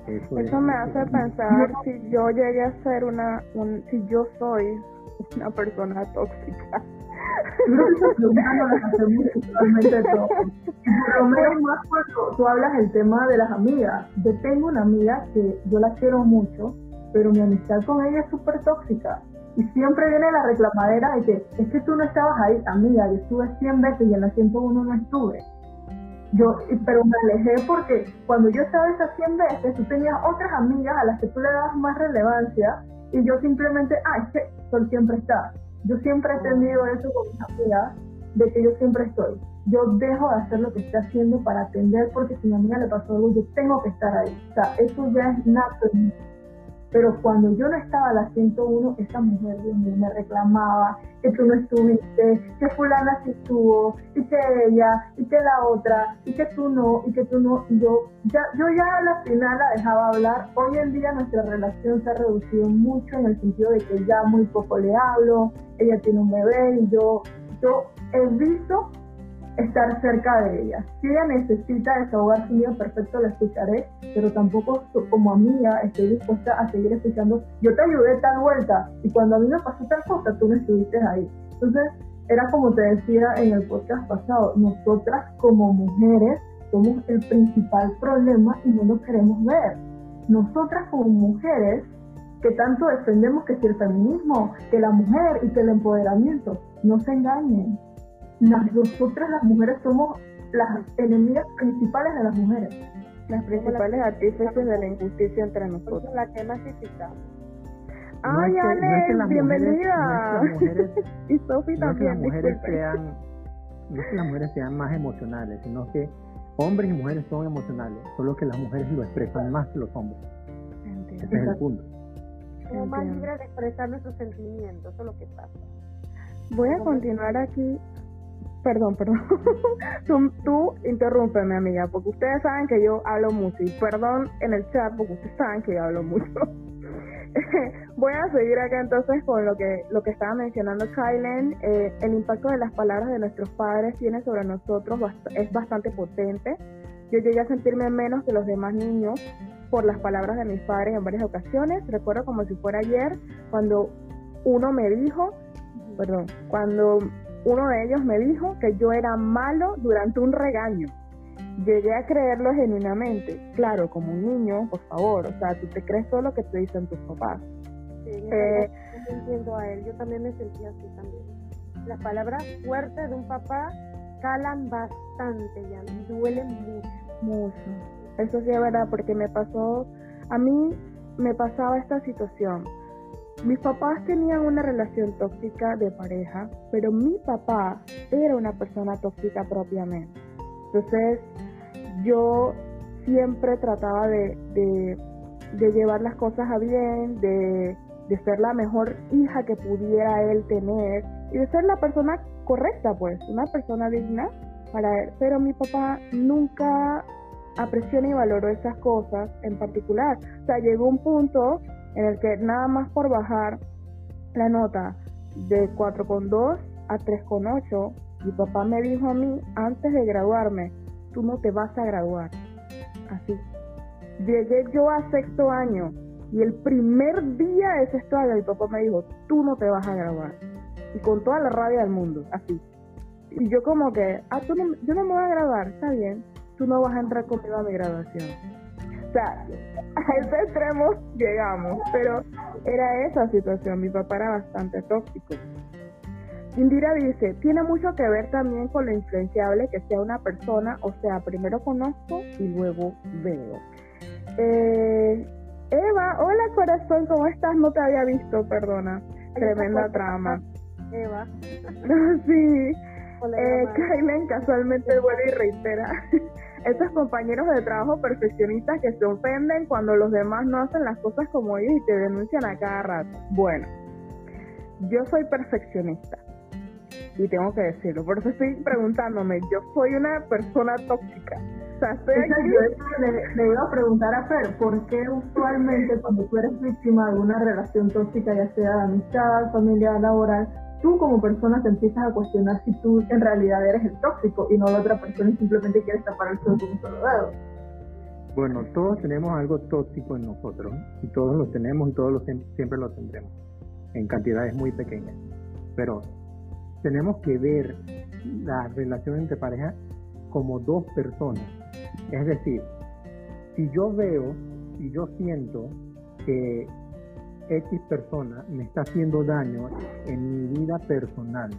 Eso me hace pensar si yo llegué a ser si yo soy una persona tóxica. Creo que esas preguntas no las hacemos totalmente todos. Y por lo menos más cuando tú hablas del tema de las amigas. Yo tengo una amiga que yo la quiero mucho, pero mi amistad con ella es súper tóxica. Y siempre viene la reclamadera de que es que tú no estabas ahí, amiga, yo estuve 100 veces y en la 101 no estuve. Pero me alejé porque cuando yo estaba esas 100 veces, tú tenías otras amigas a las que tú le dabas más relevancia y yo simplemente, es que Sol siempre está. Yo siempre he tenido eso con mis amigas, de que yo siempre estoy. Yo dejo de hacer lo que estoy haciendo para atender, porque si a mi amiga le pasó algo, yo tengo que estar ahí. O sea, eso ya es nato en mí. Pero cuando yo no estaba a la 101, esa mujer, Dios mío, me reclamaba que tú no estuviste, que fulana sí estuvo, y que ella, y que la otra, y que tú no. Y yo ya a la final la dejaba hablar. Hoy en día nuestra relación se ha reducido mucho en el sentido de que ya muy poco le hablo, ella tiene un bebé y yo evito estar cerca de ella. Si ella necesita desahogar su vida, perfecto, la escucharé, pero tampoco como amiga estoy dispuesta a seguir escuchando. Yo te ayudé tal vuelta y cuando a mí me pasó tal cosa, tú no estuviste ahí. Entonces, era como te decía en el podcast pasado, nosotras como mujeres somos el principal problema y no lo queremos ver. Nosotras como mujeres que tanto defendemos que si el feminismo, que la mujer y que el empoderamiento, no se engañen. Nosotras las mujeres somos las enemigas principales de las mujeres. Las principales artífices de la injusticia entre nosotros. La que necesitamos. ¡Ay, Alex! ¡Bienvenida! Y Sofi también. No es que las mujeres sean más emocionales, sino que hombres y mujeres son emocionales, solo que las mujeres lo expresan más que los hombres. Ese es el punto. Somos más libres de expresar nuestros sentimientos, eso es lo que pasa. Voy a continuar aquí. Perdón. tú interrúmpeme, amiga, porque ustedes saben que yo hablo mucho. Y perdón en el chat, porque ustedes saben que yo hablo mucho. Voy a seguir acá entonces con lo que estaba mencionando Kylen. El impacto de las palabras de nuestros padres tiene sobre nosotros es bastante potente. Yo llegué a sentirme menos que los demás niños por las palabras de mis padres en varias ocasiones. Recuerdo como si fuera ayer cuando uno de ellos me dijo que yo era malo durante un regaño. Llegué a creerlo genuinamente. Claro, como un niño, por favor, o sea, tú te crees todo lo que te dicen tus papás. Sí, yo entiendo a él, yo también me sentía así también. Las palabras fuertes de un papá calan bastante ya, y duelen mucho. Eso sí es verdad, porque a mí me pasaba esta situación. Mis papás tenían una relación tóxica de pareja, pero mi papá era una persona tóxica propiamente. Entonces, yo siempre trataba de llevar las cosas a bien, de ser la mejor hija que pudiera él tener y de ser la persona correcta, pues, una persona digna para él. Pero mi papá nunca apreció ni valoró esas cosas en particular. O sea, llegó un punto en el que nada más por bajar la nota de 4,2 a 3,8, mi papá me dijo a mí antes de graduarme, tú no te vas a graduar. Así. Llegué yo a 6º año y el primer día de 6º año mi papá me dijo, tú no te vas a graduar. Y con toda la rabia del mundo, así. Y yo como que, yo no me voy a graduar, está bien, tú no vas a entrar conmigo a mi graduación. O sea, a ese extremo llegamos, pero era esa situación, mi papá era bastante tóxico. Indira dice, tiene mucho que ver también con lo influenciable que sea una persona, o sea, primero conozco y luego veo. Eva, hola corazón, ¿cómo estás? No te había visto, perdona. Tremenda trama. Eva. Sí. Kylen casualmente vuelve y reitera. Esos compañeros de trabajo perfeccionistas que se ofenden cuando los demás no hacen las cosas como ellos y te denuncian a cada rato. Bueno, yo soy perfeccionista y tengo que decirlo, por eso estoy preguntándome, yo soy una persona tóxica. O sea, estoy aquí... Yo le iba a preguntar a Fer, ¿por qué usualmente cuando tú eres víctima de una relación tóxica, ya sea de amistad, familiar, laboral, tú como persona te empiezas a cuestionar si tú en realidad eres el tóxico y no la otra persona y simplemente quieres tapar el sol con un solo dedo? Bueno, todos tenemos algo tóxico en nosotros y todos lo tenemos y siempre lo tendremos en cantidades muy pequeñas. Pero tenemos que ver la relación entre pareja como dos personas. Es decir, si yo veo y yo siento que X persona me está haciendo daño en mi vida personal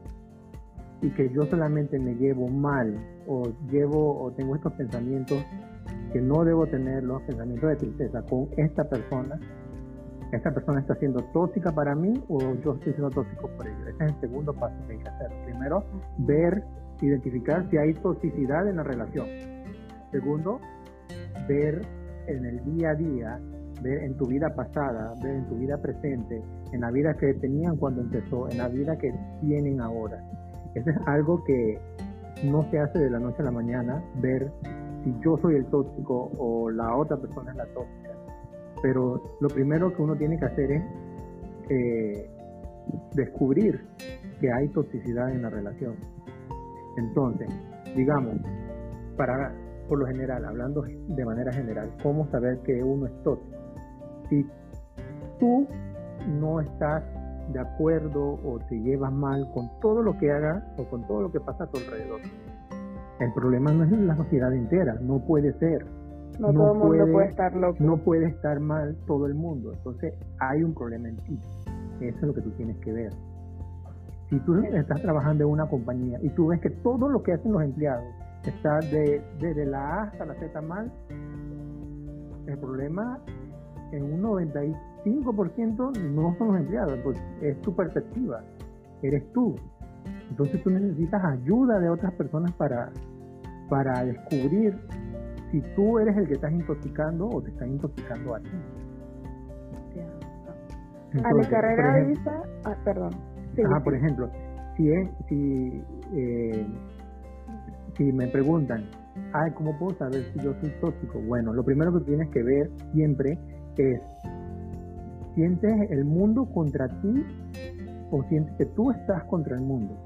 y que yo solamente me llevo mal o tengo estos pensamientos que no debo tener, los pensamientos de tristeza con esta persona está siendo tóxica para mí o yo estoy siendo tóxico por ello. Ese es el segundo paso que hay que hacer. Primero, identificar si hay toxicidad en la relación. Segundo, ver en el día a día, ver en tu vida pasada, ver en tu vida presente, en la vida que tenían cuando empezó, en la vida que tienen ahora. Eso es algo que no se hace de la noche a la mañana, ver si yo soy el tóxico o la otra persona es la tóxica. Pero lo primero que uno tiene que hacer es descubrir que hay toxicidad en la relación. Entonces, digamos, por lo general, hablando de manera general, ¿cómo saber que uno es tóxico? Si tú no estás de acuerdo o te llevas mal con todo lo que hagas o con todo lo que pasa a tu alrededor, el problema no es la sociedad entera, no puede ser. No todo el mundo puede estar loco. No puede estar mal todo el mundo. Entonces hay un problema en ti. Eso es lo que tú tienes que ver. Si tú estás trabajando en una compañía y tú ves que todo lo que hacen los empleados está desde la A hasta la Z mal, el problema en un 95% no son los empleados, pues es tu perspectiva, eres tú. Entonces tú necesitas ayuda de otras personas para descubrir si tú eres el que estás intoxicando o te están intoxicando a ti. Entonces, Ale Carrera dice, perdón. Sí, por ejemplo, si me preguntan, ¿cómo puedo saber si yo soy tóxico? Bueno, lo primero que tienes que ver siempre es, ¿sientes el mundo contra ti o sientes que tú estás contra el mundo?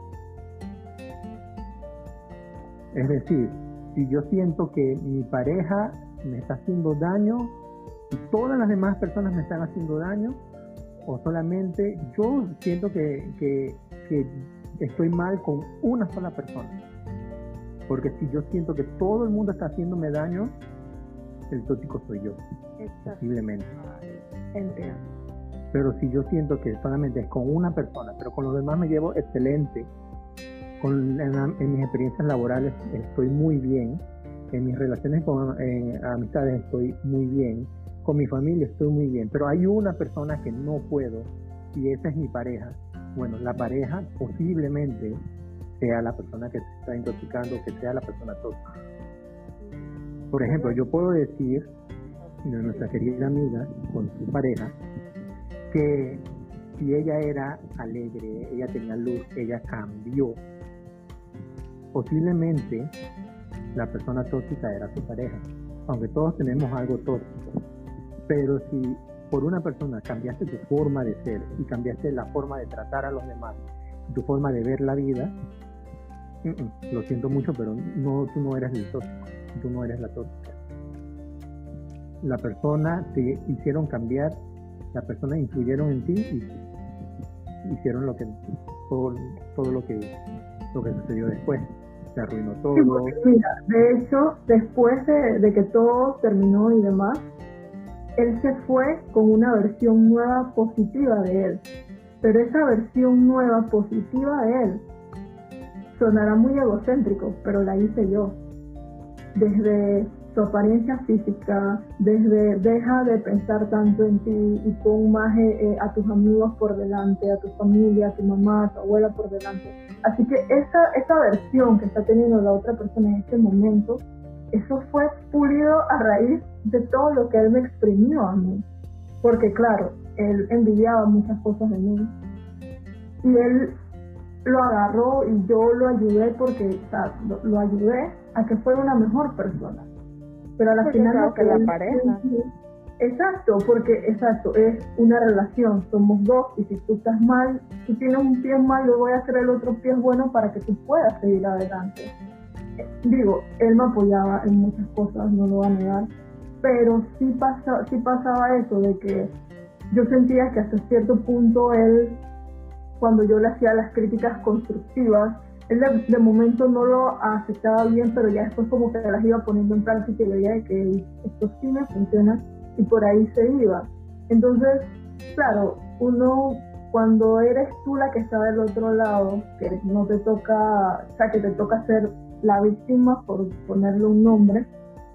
Es decir, si yo siento que mi pareja me está haciendo daño y todas las demás personas me están haciendo daño, o solamente yo siento que estoy mal con una sola persona. Porque si yo siento que todo el mundo está haciéndome daño, el tóxico soy yo. Exacto. Posiblemente. Entiendo. Pero si yo siento que solamente es con una persona, pero con los demás me llevo excelente, en mis experiencias laborales estoy muy bien, en mis relaciones con amistades estoy muy bien, con mi familia estoy muy bien, pero hay una persona que no puedo y esa es mi pareja. Bueno, la pareja posiblemente sea la persona que te está intoxicando, que sea la persona tóxica. Por ejemplo, yo puedo decir de nuestra querida amiga con su pareja que si ella era alegre, ella tenía luz, ella cambió, posiblemente la persona tóxica era su pareja, aunque todos tenemos algo tóxico. Pero si por una persona cambiaste tu forma de ser y cambiaste la forma de tratar a los demás, tu forma de ver la vida, lo siento mucho, pero tú no eres el tóxico, tú no eres la tóxica. La persona te hicieron cambiar, la persona influyeron en ti y hicieron todo lo que sucedió después. Se arruinó todo. Sí, porque, mira, de hecho, después de que todo terminó y demás, él se fue con una versión nueva positiva de él. Pero esa versión nueva positiva de él sonará muy egocéntrico, pero la hice yo. Desde su apariencia física, desde deja de pensar tanto en ti y pon más a tus amigos por delante, a tu familia, a tu mamá, a tu abuela por delante. Así que esa versión que está teniendo la otra persona en este momento, eso fue pulido a raíz de todo lo que él me exprimió a mí. Porque claro, él envidiaba muchas cosas de mí. Y él lo agarró y yo lo ayudé porque, o sea, lo ayudé a que fuera una mejor persona. Pero a la final lo que la pareja. Exacto, porque es una relación, somos dos y si tú estás mal, tú tienes un pie mal, yo voy a hacer el otro pie bueno para que tú puedas seguir adelante. digo, él me apoyaba en muchas cosas, no lo voy a negar, pero sí pasaba eso de que yo sentía que hasta cierto punto él, cuando yo le hacía las críticas constructivas, él de momento no lo aceptaba bien, pero ya después como que las iba poniendo en práctica y veía que esto sí me funciona y por ahí se iba. Entonces, claro, uno cuando eres tú la que está del otro lado, que no te toca, o sea, que te toca ser la víctima, por ponerle un nombre,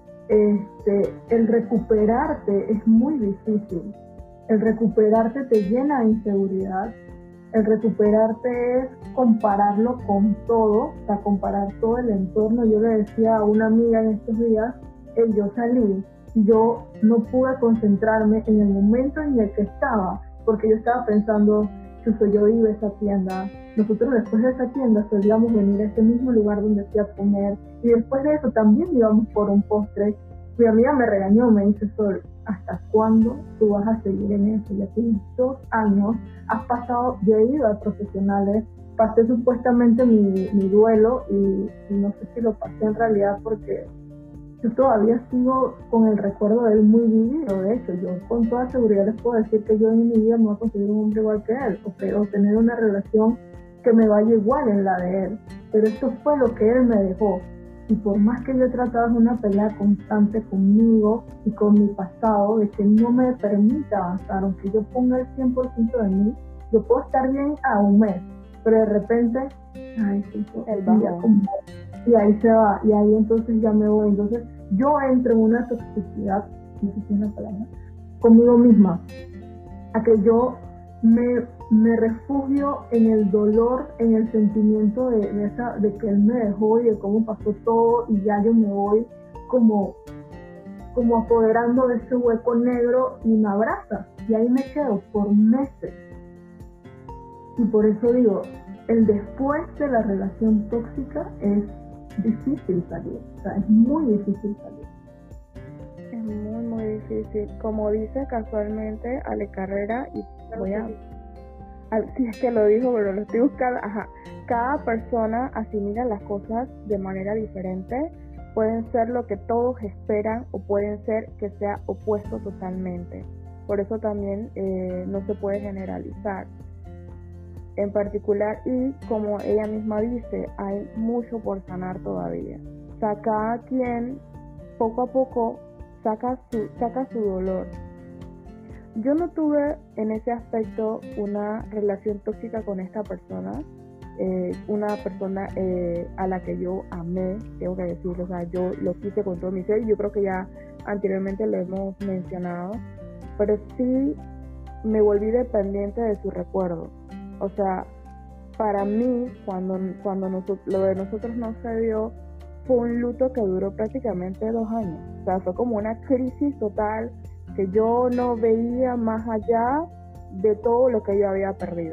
el recuperarte es muy difícil. El recuperarte te llena de inseguridad. El recuperarte es compararlo con todo, o sea, comparar todo el entorno. Yo le decía a una amiga en estos días, yo salí y yo no pude concentrarme en el momento en el que estaba, porque yo estaba pensando, yo iba a esa tienda, nosotros después de esa tienda solíamos venir a ese mismo lugar donde fui a comer, y después de eso también íbamos por un postre. Mi amiga me regañó, me dice, Sol, ¿hasta cuándo tú vas a seguir en eso? Ya tienes 2 años, has pasado, yo he ido a profesionales, pasé supuestamente mi duelo y no sé si lo pasé en realidad porque yo todavía sigo con el recuerdo de él muy vivido. De hecho, yo con toda seguridad les puedo decir que yo en mi vida me voy a conseguir un hombre igual que él, o tener una relación que me vaya igual en la de él. Pero esto fue lo que él me dejó. Y por más que yo he tratado de una pelea constante conmigo y con mi pasado, de que no me permita avanzar, aunque yo ponga el 100% de mí, yo puedo estar bien a un mes, pero de repente, el bajo. Y ahí se va, y ahí entonces ya me voy. Entonces yo entro en una toxicidad, no sé si es la palabra, conmigo misma, a que yo me refugio en el dolor, en el sentimiento de que él me dejó y de cómo pasó todo, y ya yo me voy como apoderando de ese hueco negro y me abraza, y ahí me quedo por meses. Y por eso digo, el después de la relación tóxica es difícil salir, o sea, es muy difícil salir. Es muy, muy difícil. Como dice casualmente Ale Carrera, y voy a... Sí, es que lo dijo, pero lo estoy buscando. Cada persona asimila las cosas de manera diferente. Pueden ser lo que todos esperan o pueden ser que sea opuesto totalmente. Por eso también no se puede generalizar. En particular, y como ella misma dice, hay mucho por sanar todavía. O sea, cada quien poco a poco saca su dolor. Yo no tuve en ese aspecto una relación tóxica con esta persona, una persona a la que yo amé, tengo que decirlo, o sea, yo lo quise con todo mi ser, y yo creo que ya anteriormente lo hemos mencionado, pero sí me volví dependiente de su recuerdo. O sea, para mí, cuando lo de nosotros no se dio, fue un luto que duró prácticamente 2 años. O sea, fue como una crisis total, que yo no veía más allá de todo lo que yo había perdido.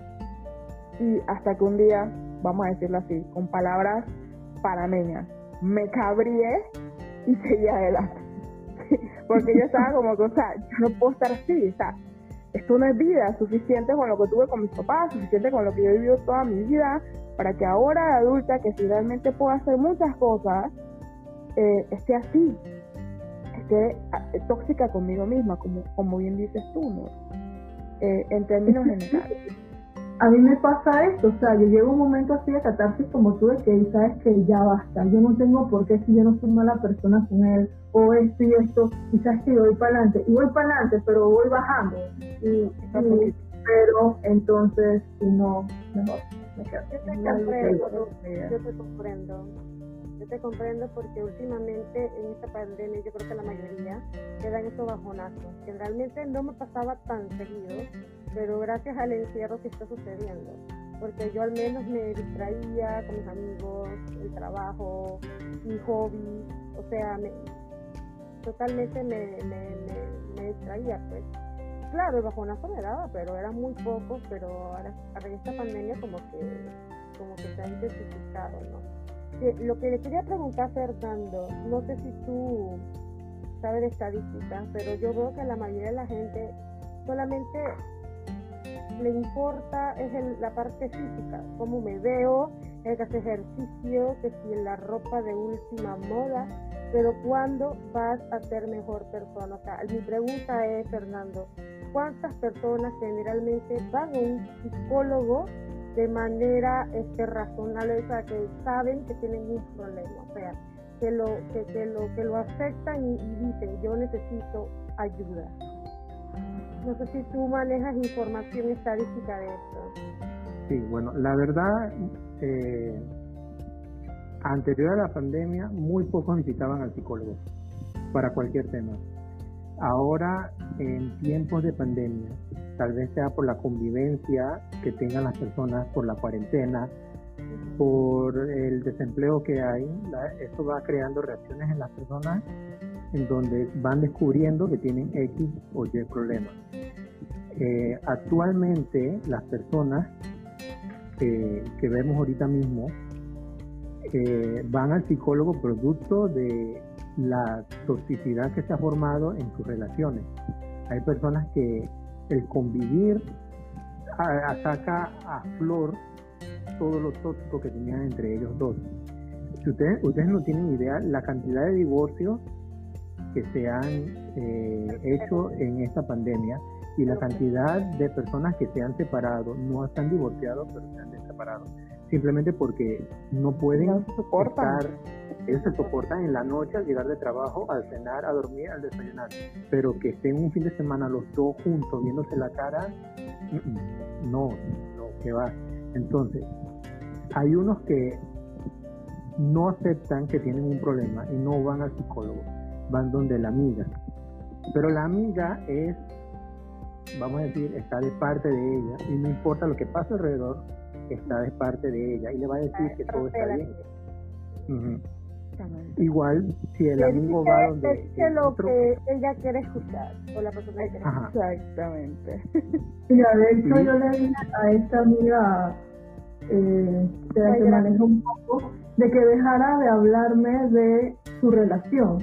Y hasta que un día, vamos a decirlo así, con palabras panameñas, me cabrié y seguí adelante. Porque yo estaba como que, o sea, yo no puedo estar así, o sea, esto no es vida, suficiente con lo que tuve con mis papás, suficiente con lo que yo he vivido toda mi vida, para que ahora de adulta, que si realmente puedo hacer muchas cosas, esté así, esté tóxica conmigo misma, como bien dices tú, ¿no? En términos generales. A mí me pasa esto, o sea, yo llego a un momento así de catarsis como tú, de que sabes que ya basta, yo no tengo por qué si yo no soy mala persona con él, o esto y esto, y sabes que yo voy para adelante, pero voy bajando, pero entonces, si no, mejor me quedo. Yo te comprendo porque últimamente en esta pandemia yo creo que la mayoría quedan esos bajonazos, que realmente no me pasaba tan seguido, pero gracias al encierro que está sucediendo, porque yo al menos me distraía con mis amigos, el trabajo, mi hobby, o sea, totalmente me distraía, pues. Claro, el bajonazo me daba, pero era muy poco, pero ahora a raíz de esta pandemia como que se ha intensificado, ¿no? Lo que le quería preguntar, Fernando, no sé si tú sabes de estadísticas, pero yo veo que la mayoría de la gente solamente le importa es la parte física, cómo me veo, el que hace ejercicio, que si la ropa de última moda, pero ¿cuándo vas a ser mejor persona? O sea, mi pregunta es, Fernando, ¿cuántas personas generalmente van a un psicólogo de manera razonable, o sea, que saben que tienen un problema, o sea, que lo aceptan y dicen, yo necesito ayuda? No sé si tú manejas información estadística de esto. Sí, bueno, la verdad, anterior a la pandemia, muy pocos visitaban al psicólogo para cualquier tema. Ahora, en tiempos de pandemia, tal vez sea por la convivencia que tengan las personas, por la cuarentena, por el desempleo que hay, eso va creando reacciones en las personas en donde van descubriendo que tienen X o Y problemas. Actualmente, las personas que vemos ahorita mismo van al psicólogo producto de la toxicidad que se ha formado en sus relaciones. Hay personas que el convivir saca a flor todo lo tóxico que tenían entre ellos dos. Si ustedes no tienen idea la cantidad de divorcios que se han hecho en esta pandemia y la cantidad de personas que se han separado, no están divorciados, pero se han separado, simplemente porque no pueden estar, ellos se soportan en la noche al llegar de trabajo, al cenar, a dormir, al desayunar, pero que estén un fin de semana los dos juntos viéndose la cara, no, que va. Entonces, hay unos que no aceptan que tienen un problema y no van al psicólogo, van donde la amiga, pero la amiga es, vamos a decir, está de parte de ella y no importa lo que pase alrededor, está de parte de ella y le va a decir que todo está bien. Igual si el amigo va donde lo que ella quiere escuchar o la persona que quiere escuchar. Exactamente. Mira, de hecho yo le dije a esta amiga que se maneja un poco de que dejara de hablarme de su relación,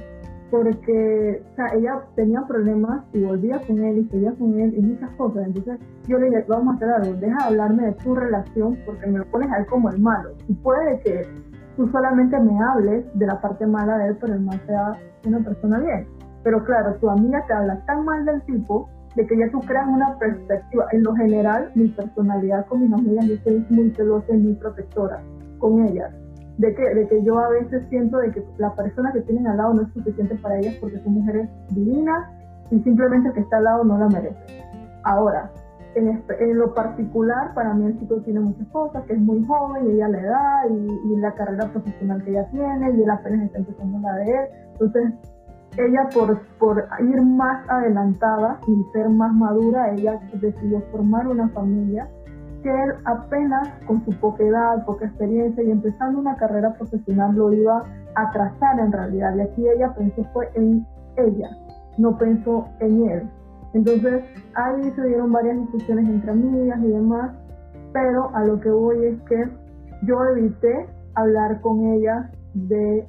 porque o sea, ella tenía problemas y volvía con él y seguía con él y muchas cosas. Entonces yo le dije, vamos a hacer algo, deja de hablarme de tu relación porque me lo pones a él como el malo, y puede que tú solamente me hables de la parte mala de él, pero el mal sea una persona bien. Pero claro, tu amiga te habla tan mal del tipo de que ya tú creas una perspectiva. En lo general, mi personalidad con mis amigas, yo soy muy celosa y muy protectora con ellas. De que yo a veces siento de que la persona que tienen al lado no es suficiente para ellas porque son mujeres divinas y simplemente el que está al lado no la merece. Ahora, en lo particular, para mí el chico tiene muchas cosas, que es muy joven y ella la edad y la carrera profesional que ella tiene y él apenas está empezando la de él. Entonces, ella por ir más adelantada y ser más madura, ella decidió formar una familia que él apenas con su poca edad, poca experiencia y empezando una carrera profesional lo iba a trazar en realidad. Y aquí ella pensó fue en ella, no pensó en él. Entonces ahí se dieron varias discusiones entre amigas y demás, pero a lo que voy es que yo evité hablar con ella de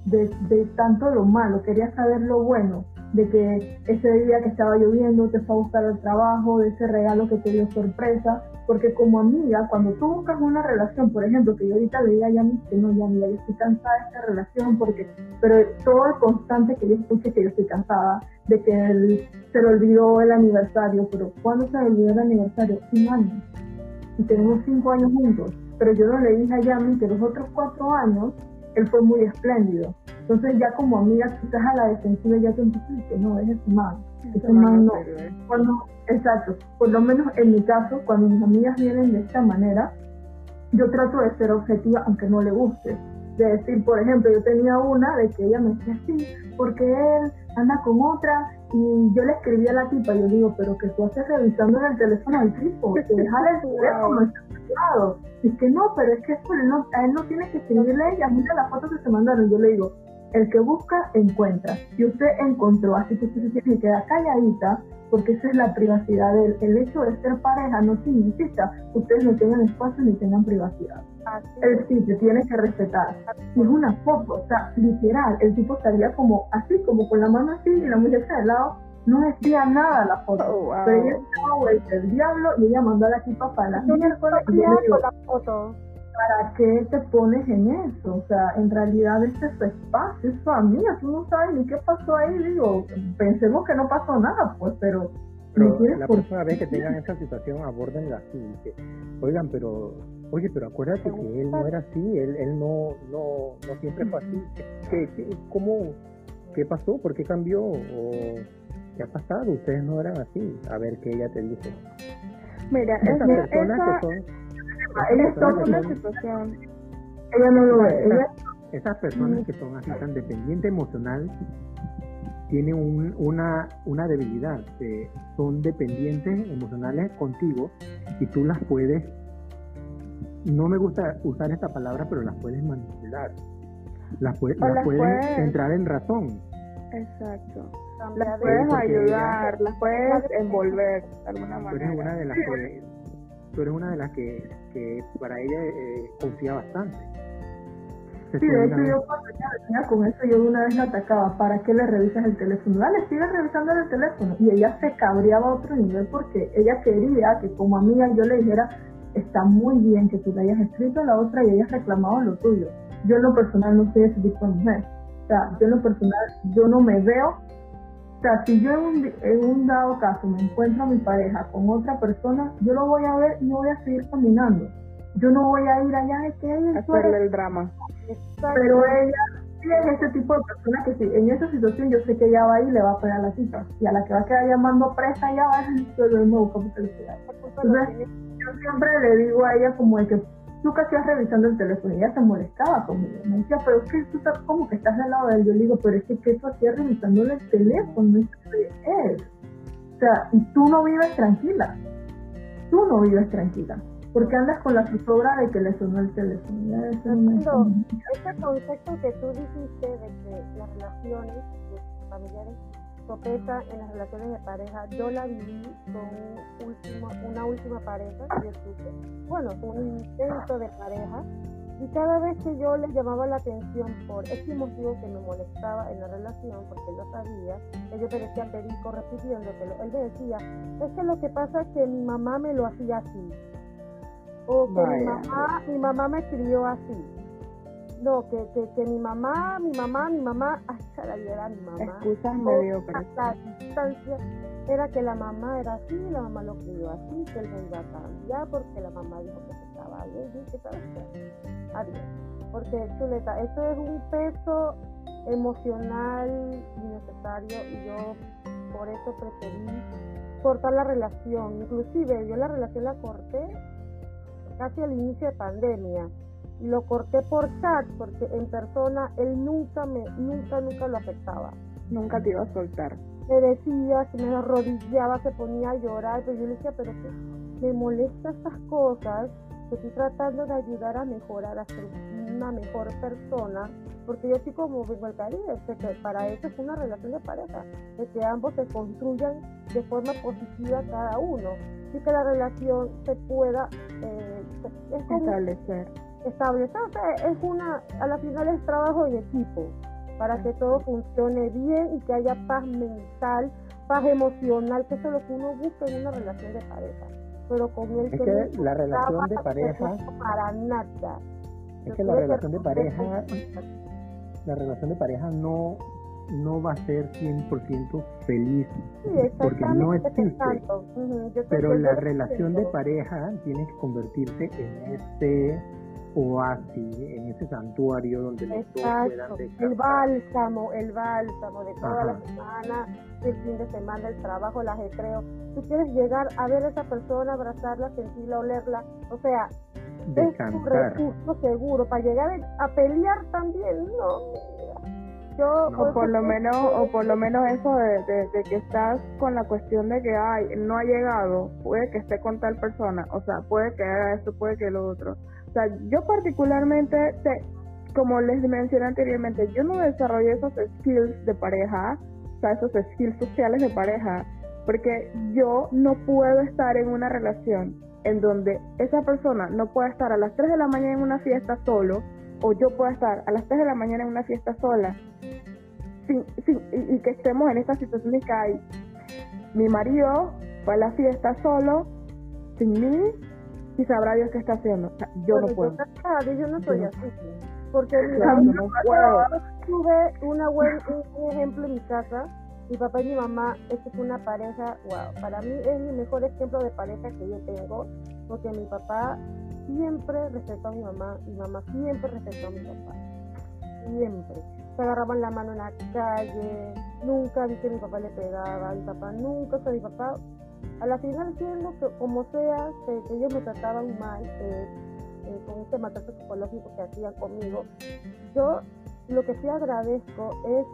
tanto lo malo, quería saber lo bueno, de que ese día que estaba lloviendo te fue a buscar al trabajo, de ese regalo que te dio sorpresa, porque como amiga, cuando tú buscas una relación, por ejemplo, que yo ahorita le diga a Yami que no, Yami, yo estoy cansada de esta relación, pero todo es constante que yo escuche que yo estoy cansada, de que él se le olvidó el aniversario, pero ¿cuándo se le olvidó el aniversario? 5 años, y tenemos 5 años juntos, pero yo no le dije a Yami que los otros 4 años él fue muy espléndido. Entonces ya como amiga tú estás a la defensiva y ya te empiezas que no, es ese man no. Exacto, por lo menos en mi caso, cuando mis amigas vienen de esta manera, yo trato de ser objetiva aunque no le guste. De decir, por ejemplo, yo tenía una de que ella me decía sí, porque él anda con otra, y yo le escribí a la tipa y yo digo, pero que tú haces revisando en el teléfono del tipo, que dejar el teléfono está privado. Y es que no, pero es que eso a él no tiene que escribirle a ella, mira las fotos que se mandaron. Yo le digo, el que busca, encuentra. Y usted encontró, así que usted se tiene que quedar calladita, porque esa es la privacidad de él. El hecho de ser pareja no significa que ustedes no tengan espacio ni tengan privacidad. Él sí te tiene que respetar. Y es una foto, o sea, literal, el tipo estaría como así, como con la mano así, y la muchacha de lado no decía nada la foto. Pero ella estaba vuelta el diablo y ella mandó a la tipa para la miércoles. Y yo le digo, la foto. ¿para qué te pones en eso? O sea, en realidad este es tu espacio, es familia, tú no sabes ni qué pasó ahí, digo, pensemos que no pasó nada, pues, pero la próxima vez que tengan esa situación, abórdenla así, que, oigan, oye, pero acuérdate que él no era así, él no siempre fue así, ¿qué pasó? ¿Por qué cambió? ¿O qué ha pasado? Ustedes no eran así, a ver qué ella te dice. Mira, esas personas que son... Ella está en una situación. Ella no lo ve. Esas personas que son así tan dependientes emocional tienen una debilidad. Son dependientes emocionales contigo y tú las puedes, no me gusta usar esta palabra, pero las puedes manipular. Las puedes entrar en razón. Exacto. Las puedes ayudar, las puedes envolver de alguna manera. Tú eres una de las que para ella confía bastante. Sí, de hecho yo cuando ella venía con eso, yo de una vez la atacaba. ¿Para qué le revisas el teléfono? Dale, sigue revisando el teléfono. Y ella se cabreaba a otro nivel porque ella quería que como amiga yo le dijera, está muy bien que tú le hayas escrito a la otra y hayas reclamado lo tuyo. Yo en lo personal no soy ese tipo de mujer. O sea, yo en lo personal, yo no me veo. O sea, si yo en un dado caso me encuentro a mi pareja con otra persona, yo lo voy a ver y voy a seguir caminando. Yo no voy a ir allá de que ella hacerle el drama. Pero ella sí es ese tipo de persona que sí, en esa situación yo sé que ella va a ir y le va a pegar la cita. Y a la que va a quedar llamando presa, ella va a decir, lo mismo buscamos el celular. Entonces, yo siempre le digo a ella como de que tú que hacías revisando el teléfono, y ella se molestaba conmigo. Me decía, pero es que tú estás como que estás del lado de él. Yo le digo, pero es que tú hacías revisándole el teléfono, eso es él. O sea, y tú no vives tranquila. Tú no vives tranquila. Porque andas con la zozobra de que le sonó el teléfono. Ese concepto que tú dijiste de que las relaciones familiares sopesan en las relaciones de pareja, yo la viví con una última pareja que yo tuve. Bueno, fue un intento de pareja. Y cada vez que yo le llamaba la atención por ese motivo que me molestaba en la relación, porque él lo sabía, yo parecía perico repitiéndotelo. Él me decía, es que lo que pasa es que mi mamá me lo hacía así. O que mi mamá me crió así. No, que mi mamá, hasta la vida era mi mamá. Excusas mediocres. La distancia era que la mamá era así, la mamá lo crió así, que él no iba a cambiar porque la mamá dijo que estaba bien, y que sabes qué, adiós. Porque chuleta, esto es un peso emocional innecesario y yo por eso preferí cortar la relación. Inclusive yo la relación la corté casi al inicio de pandemia y lo corté por chat porque en persona él nunca lo afectaba. Nunca te iba a soltar. Me decía, se me arrodillaba, se ponía a llorar, pero yo le decía, pero que me molesta estas cosas, que estoy tratando de ayudar a mejorar, a ser una mejor persona, porque yo sí como vengo al Caribe, sé que para eso es una relación de pareja, de que ambos se construyan de forma positiva cada uno, y que la relación se pueda establecer. O sea, a la final es trabajo en equipo, para que todo funcione bien y que haya paz mental, paz emocional, que eso es lo que uno busca en una relación de pareja. Pero con él es que la relación de pareja para nada. Es que la relación de pareja no va a ser 100% feliz, porque no existe. Pero la relación de pareja tiene que convertirse en ese oasis, en ese santuario donde los dos puedan descansar. El bálsamo de toda la semana, el fin de semana, el trabajo, el ajetreo. Tú quieres llegar a ver a esa persona, abrazarla, sentirla, olerla, o sea, descansar. Es un recurso seguro para llegar a pelear también, o por lo menos eso de que estás con la cuestión de que no ha llegado, puede que esté con tal persona, o sea, puede que haga esto, puede que lo otro. O sea, yo particularmente, como les mencioné anteriormente, yo no desarrollé esos skills de pareja, o sea, esos skills sociales de pareja, porque yo no puedo estar en una relación en donde esa persona no pueda estar a las 3 de la mañana en una fiesta solo, o yo pueda estar a las 3 de la mañana en una fiesta sola, y que estemos en esta situación de que mi marido fue a la fiesta solo, sin mí, y sabrá Dios qué está haciendo. O sea, yo no puedo. Yo no soy así. Porque Claro, mira, no puedo. tuve un ejemplo en mi casa. Mi papá y mi mamá, esto fue una pareja, wow, para mí es mi mejor ejemplo de pareja que yo tengo, porque mi papá siempre respetó a mi mamá siempre respetó a mi papá, siempre. Se agarraban la mano en la calle, nunca vi que mi papá le pegaba, mi papá nunca, o sea, mi papá, a la final siendo que como sea, que ellos me trataban mal, con este maltrato psicológico que hacían conmigo, yo lo que sí agradezco es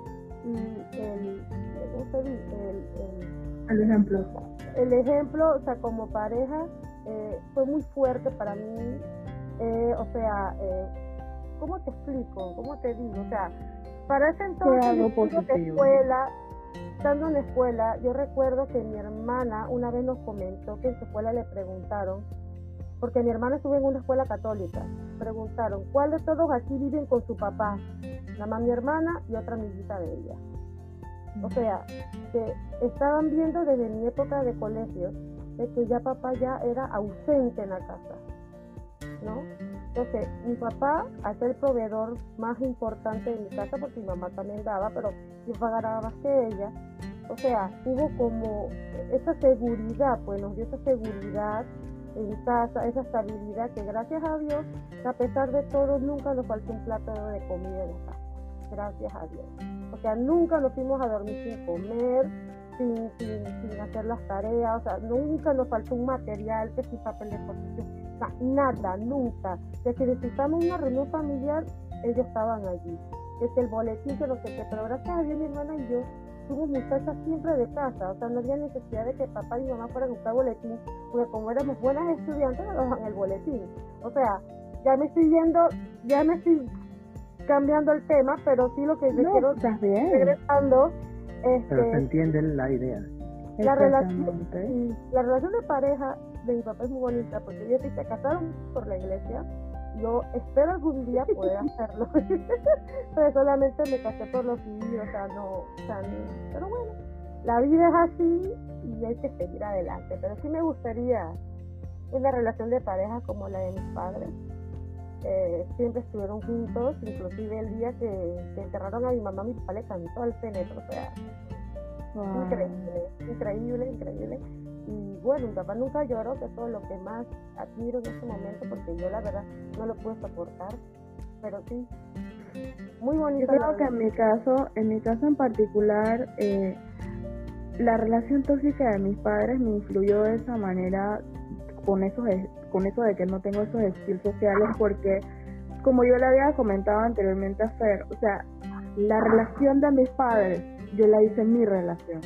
el ejemplo. El ejemplo, o sea, como pareja, fue muy fuerte para mí. ¿Cómo te explico? ¿Cómo te digo? O sea, para ese entonces, estando en la escuela, yo recuerdo que mi hermana una vez nos comentó que en su escuela le preguntaron, porque mi hermana estuvo en una escuela católica, preguntaron, ¿cuál de todos aquí viven con su papá? Nada más mi hermana y otra amiguita de ella. O sea, que estaban viendo desde mi época de colegio de que ya papá ya era ausente en la casa, ¿no? Entonces, mi papá, al ser el proveedor más importante de mi casa, porque mi mamá también daba, pero yo pagaba más que ella, o sea, hubo como esa seguridad, pues nos dio esa seguridad en casa, esa estabilidad que gracias a Dios, a pesar de todo, nunca nos faltó un plato de comida en la casa, gracias a Dios. O sea, nunca nos fuimos a dormir sin comer, sin hacer las tareas, o sea, nunca nos faltó un material, que si papel de exposición, o sea, nada, nunca. Que si necesitamos una reunión familiar, ellos estaban allí. Que si el boletín, que no sé qué, pero gracias a Dios mi hermana y yo fuimos muchachas siempre de casa, o sea, no había necesidad de que papá y mamá fueran a buscar boletín, porque como éramos buenas estudiantes, nos daban el boletín. O sea, ya me estoy cambiando el tema, pero sí lo que yo quiero regresando, pero se entiende la idea. La relación de pareja de mi papá es muy bonita, porque ellos sí se casaron por la iglesia. Yo espero algún día poder hacerlo, pero solamente me casé por lo civil, pero bueno, la vida es así y hay que seguir adelante. Pero sí me gustaría una relación de pareja como la de mis padres. Siempre estuvieron juntos, inclusive el día que enterraron a mi mamá, mi papá le cantó al féretro, o sea, wow. Increíble. Y bueno, mi papá nunca lloró, que es todo lo que más admiro en este momento, porque yo la verdad no lo pude soportar, pero sí, muy bonito. Yo creo que en mi caso en particular, la relación tóxica de mis padres me influyó de esa manera, con eso de que no tengo esos skills sociales, porque como yo le había comentado anteriormente a Fer, o sea, la relación de mis padres, yo la hice en mi relación.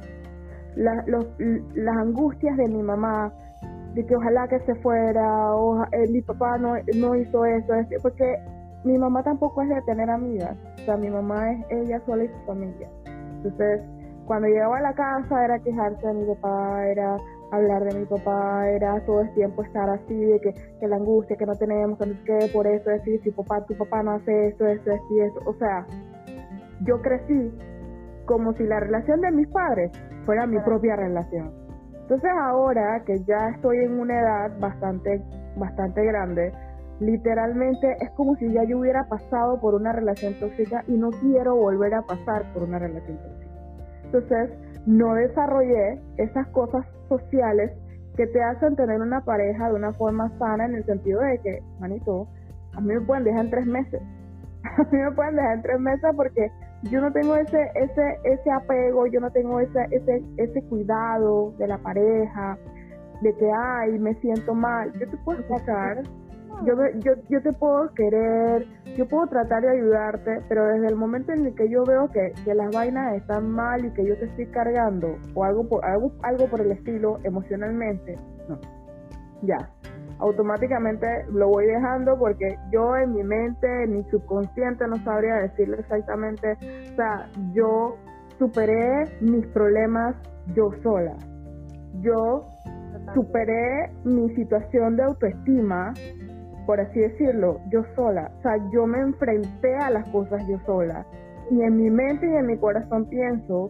Las angustias de mi mamá, de que ojalá que se fuera, mi papá no hizo eso, porque mi mamá tampoco es de tener amigas, o sea, mi mamá es ella sola y su familia. Entonces, cuando llegaba a la casa era quejarse de mi papá, era hablar de mi papá, era todo el tiempo estar así, de que la angustia, que no tenemos, que no sé qué, por eso, decir, si tu papá no hace esto, o sea, yo crecí como si la relación de mis padres fuera mi propia relación. Entonces ahora que ya estoy en una edad bastante grande, literalmente es como si ya yo hubiera pasado por una relación tóxica y no quiero volver a pasar por una relación tóxica. Entonces no desarrollé esas cosas sociales que te hacen tener una pareja de una forma sana, en el sentido de que, manito, a mí me pueden dejar en 3 meses. A mí me pueden dejar en 3 meses porque yo no tengo ese apego, yo no tengo ese cuidado de la pareja, de que, ay, me siento mal. Yo te puedo escuchar, yo te puedo querer, yo puedo tratar de ayudarte, pero desde el momento en el que yo veo que las vainas están mal y que yo te estoy cargando o algo por el estilo emocionalmente, no, ya, automáticamente lo voy dejando, porque yo en mi mente, en mi subconsciente, no sabría decirle exactamente, o sea, yo superé mis problemas yo sola, yo superé mi situación de autoestima, por así decirlo, yo sola, o sea, yo me enfrenté a las cosas yo sola, y en mi mente y en mi corazón pienso,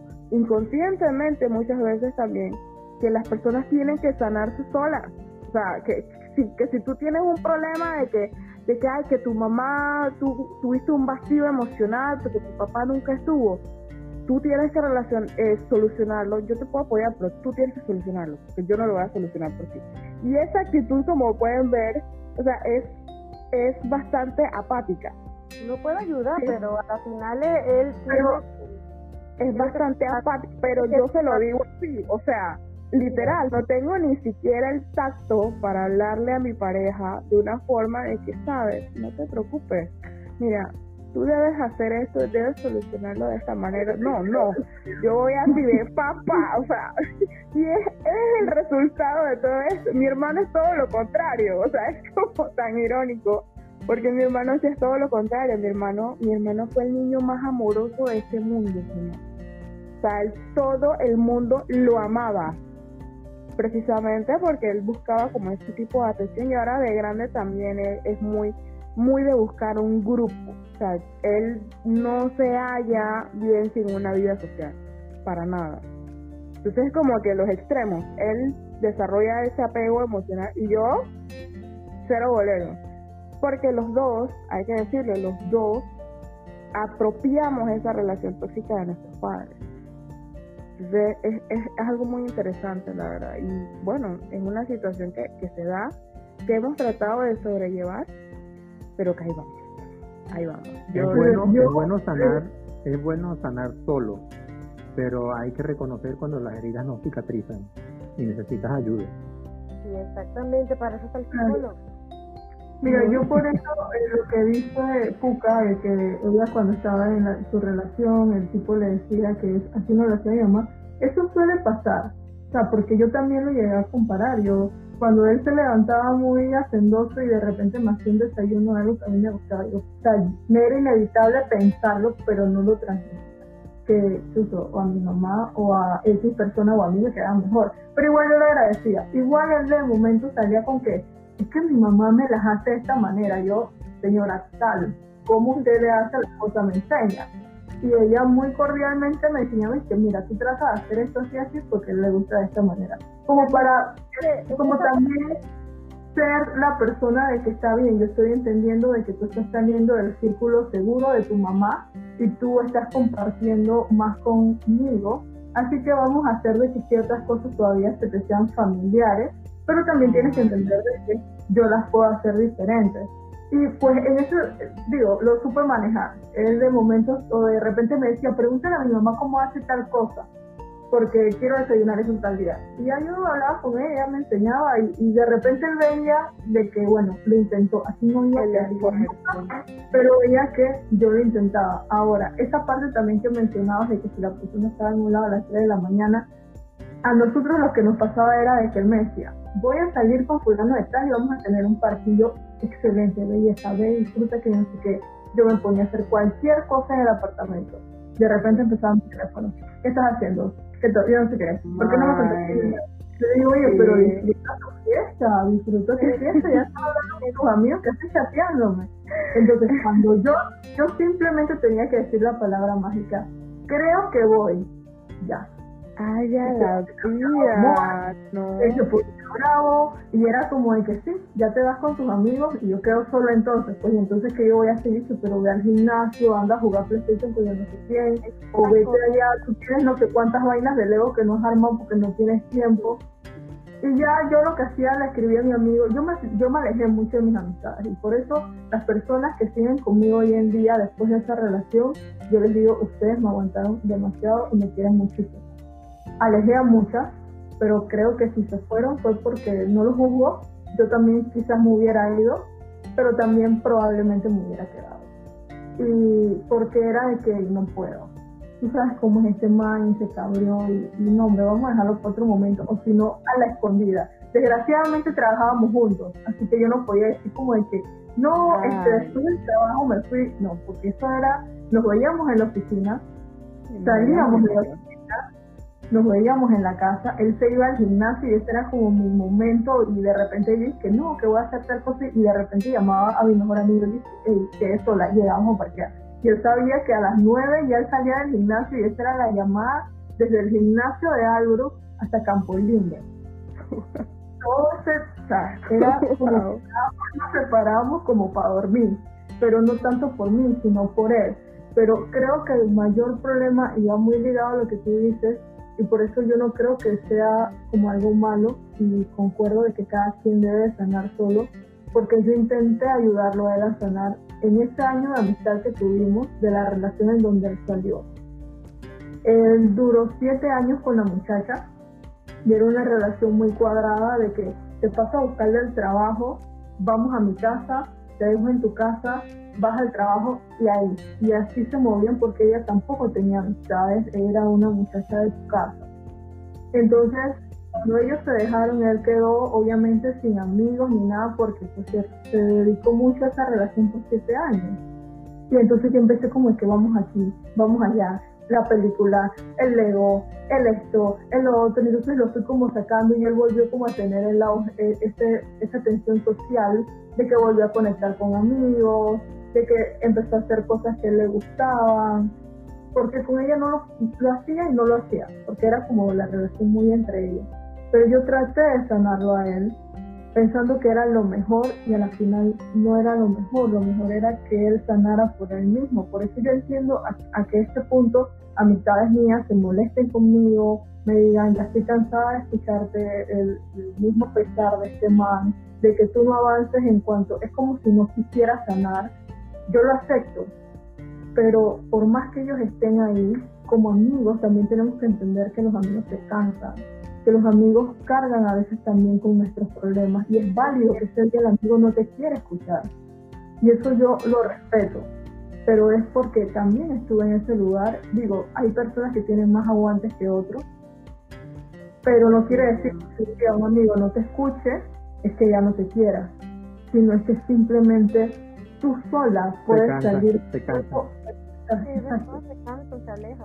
inconscientemente muchas veces también, que las personas tienen que sanarse solas, o sea, que si tú tienes un problema de que tu mamá, tú tuviste un vacío emocional porque tu papá nunca estuvo, tú tienes que solucionarlo. Yo te puedo apoyar, pero tú tienes que solucionarlo, porque yo no lo voy a solucionar por ti. Y esa actitud, como pueden ver, o sea, es bastante apática. No puedo ayudar, sí, pero al final es bastante apática, pero yo se lo digo así, o sea, literal, no tengo ni siquiera el tacto para hablarle a mi pareja de una forma de que, sabes, no te preocupes, mira, tú debes hacer esto, debes solucionarlo de esta manera. No, yo voy así de papá, o sea, y es el resultado de todo esto. Mi hermano es todo lo contrario, o sea, es como tan irónico, porque mi hermano sí es todo lo contrario. Mi hermano fue el niño más amoroso de este mundo, señor. O sea, todo el mundo lo amaba, precisamente porque él buscaba como este tipo de atención, y ahora de grande también es muy de buscar un grupo. O sea, él no se halla bien sin una vida social, para nada. Entonces es como que los extremos, él desarrolla ese apego emocional y yo, cero bolero. Porque los dos, hay que decirlo, los dos apropiamos esa relación tóxica de nuestros padres. Entonces es algo muy interesante, la verdad. Y bueno, es una situación que se da, que hemos tratado de sobrellevar, pero que ahí vamos. Es bueno sanar solo, pero hay que reconocer cuando las heridas no cicatrizan y necesitas ayuda. Sí, exactamente, para eso está el psicólogo. Mira, yo por eso lo que dice Puka, de que ella cuando estaba en su relación, el tipo le decía que así no lo hacía mi mamá, eso suele pasar, o sea, porque yo también lo llegué a comparar. Yo, cuando él se levantaba muy hacendoso y de repente me hacía un desayuno, algo que a mí me gustaba, o sea, me era inevitable pensarlo, pero no lo transmitía, que o a mi mamá o a X persona o a mí me quedaba mejor, pero igual yo le agradecía. Igual él de momento salía con que es que mi mamá me las hace de esta manera. Yo, señora tal, ¿cómo usted le hace las cosas? Me enseña. Y ella muy cordialmente me enseñaba, que mira, tú tratas de hacer esto así porque le gusta de esta manera. Como también ser la persona de que está bien, yo estoy entendiendo de que tú estás saliendo del círculo seguro de tu mamá y tú estás compartiendo más conmigo, así que vamos a hacer de que ciertas cosas todavía se te sean familiares, pero también tienes que entender de que yo las puedo hacer diferentes. Y pues en eso, lo supe manejar. Él de momentos, o de repente me decía, pregúntale a mi mamá cómo hace tal cosa, porque quiero desayunar eso tal día. Y ya yo hablaba con ella me enseñaba, y de repente él veía de que, bueno, lo intentó, así no iba a quedar igual, pero veía que yo lo intentaba. Ahora, esa parte también que mencionabas de que si la persona estaba en un lado a las 3 de la mañana, a nosotros lo que nos pasaba era de que él me decía, voy a salir con fulano de tal y vamos a tener un partido excelente, belleza, ve, disfruta, que no sé qué. Yo me ponía a hacer cualquier cosa en el apartamento. De repente empezaba mi teléfono. ¿Qué estás haciendo? Yo no sé qué. ¿Por qué no me contestas? Yo digo, oye, pero disfruta tu fiesta, ya estás hablando con tus amigos, que estás chateándome. Entonces, cuando yo simplemente tenía que decir la palabra mágica, creo que voy, ya. Ay, ya la vida, no. Se puso bravo y era como de que sí, ya te vas con tus amigos y yo quedo solo entonces, pues entonces que yo voy a hacer, pero ve al gimnasio, anda a jugar PlayStation con yo no sé quién, o vete allá, tú tienes no sé cuántas vainas de Lego que no has armado porque no tienes tiempo. Y ya yo lo que hacía, le escribía a mi amigo, yo me alejé mucho de mis amistades, y por eso las personas que siguen conmigo hoy en día después de esa relación, yo les digo, ustedes me aguantaron demasiado y me quieren muchísimo. Alejé a muchas, pero creo que si se fueron fue porque no los juzgo. Yo también quizás me hubiera ido, pero también probablemente me hubiera quedado. Y porque era de que no puedo. Tú sabes cómo es este man, se cabrió y no, hombre, vamos a dejarlo para otro momento, o si no, a la escondida. Desgraciadamente trabajábamos juntos, así que yo no podía decir como de que, no, después del trabajo me fui. No, porque eso era, nos veíamos en la oficina, salíamos de la oficina, nos veíamos en la casa, él se iba al gimnasio y ese era como mi momento, y de repente yo dije que no, que voy a hacer tal cosa, y de repente llamaba a mi mejor amigo y dije que eso, llegamos a parquear. Y él sabía que a las 9 ya él salía del gimnasio y esa era la llamada desde el gimnasio de Albrook hasta Campo Linde. Todo ese O sea, era como Wow. que nos separábamos como para dormir, pero no tanto por mí, sino por él. Pero creo que el mayor problema, y va muy ligado a lo que tú dices, y por eso yo no creo que sea como algo malo, y concuerdo de que cada quien debe sanar solo, porque yo intenté ayudarlo a él a sanar en ese año de amistad que tuvimos, de la relación en donde él salió. Él duró 7 años con la muchacha, y era una relación muy cuadrada de que te paso a buscar del trabajo, vamos a mi casa, te dejo en tu casa, vas al trabajo y ahí. Y así se movían porque ella tampoco tenía amistades, era una muchacha de tu casa. Entonces, cuando ellos se dejaron, él quedó obviamente sin amigos ni nada porque pues, se dedicó mucho a esa relación por 7 años. Y entonces yo empecé como que vamos aquí, vamos allá, la película, el Lego, el esto, el otro, y entonces lo fui como sacando y él volvió como a tener esa tensión social de que volvió a conectar con amigos, de que empezó a hacer cosas que le gustaban, porque con ella no lo hacía y no lo hacía, porque era como la relación muy entre ellos. Pero yo traté de sanarlo a él, pensando que era lo mejor y a la final no era lo mejor era que él sanara por él mismo. Por eso yo entiendo a que este punto amistades mías se molesten conmigo, me digan, ya estoy cansada de escucharte el mismo pesar de este man, de que tú no avances en cuanto, es como si no quisiera sanar. Yo lo acepto, pero por más que ellos estén ahí, como amigos también tenemos que entender que los amigos se cansan, que los amigos cargan a veces también con nuestros problemas, y es válido que sea que el amigo no te quiere escuchar, y eso yo lo respeto, pero es porque también estuve en ese lugar. Digo, hay personas que tienen más aguantes que otros, pero no quiere decir que a un amigo no te escuche es que ya no te quiera, sino es que simplemente tú sola puedes salir. Se cansa. Sí, después se cansa, se aleja.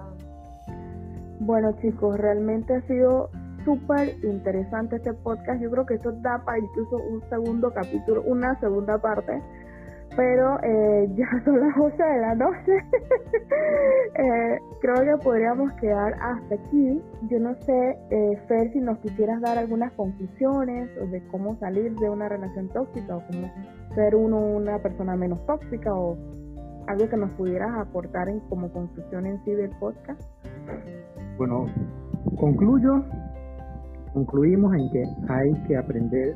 Bueno, chicos, realmente ha sido súper interesante este podcast. Yo creo que esto da para incluso un segundo capítulo, una segunda parte, pero ya son las 8 de la noche. Creo que podríamos quedar hasta aquí. Yo no sé, Fer, si nos quisieras dar algunas conclusiones de cómo salir de una relación tóxica o cómo ser una persona menos tóxica, o algo que nos pudieras aportar como conclusión en sí del podcast. Bueno, concluimos en que hay que aprender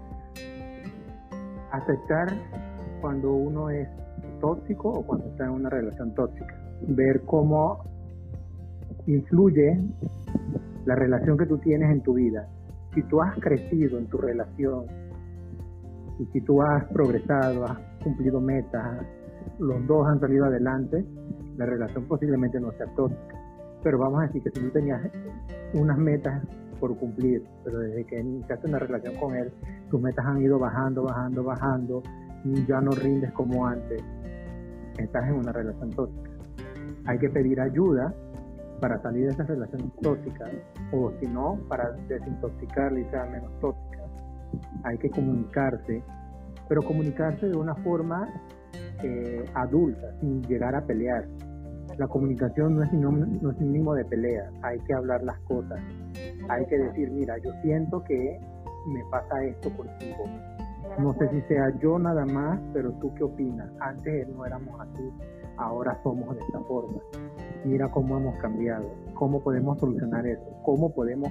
a aceptar cuando uno es tóxico o cuando está en una relación tóxica, ver cómo influye la relación que tú tienes en tu vida. Si tú has crecido en tu relación y si tú has progresado, has cumplido metas, los dos han salido adelante, la relación posiblemente no sea tóxica. Pero vamos a decir que si tú tenías unas metas por cumplir, pero desde que iniciaste una relación con él, tus metas han ido bajando, y ya no rindes como antes, estás en una relación tóxica. Hay que pedir ayuda para salir de esa relación tóxica, o si no, para desintoxicarla y sea menos tóxica. Hay que comunicarse, pero comunicarse de una forma adulta, sin llegar a pelear. La comunicación no es sinónimo de pelea. Hay que hablar las cosas. Hay que decir, mira, yo siento que me pasa esto contigo. No sé si sea yo nada más, pero tú qué opinas. Antes no éramos así, ahora somos de esta forma. Mira cómo hemos cambiado. ¿Cómo podemos solucionar eso? ¿Cómo podemos,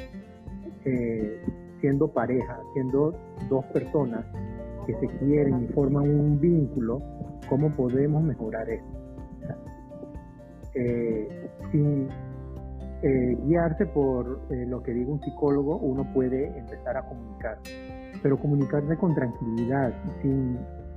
siendo pareja, siendo dos personas que se quieren y forman un vínculo, cómo podemos mejorar eso? Sin guiarse por lo que diga un psicólogo, uno puede empezar a comunicar, pero comunicarse con tranquilidad, sin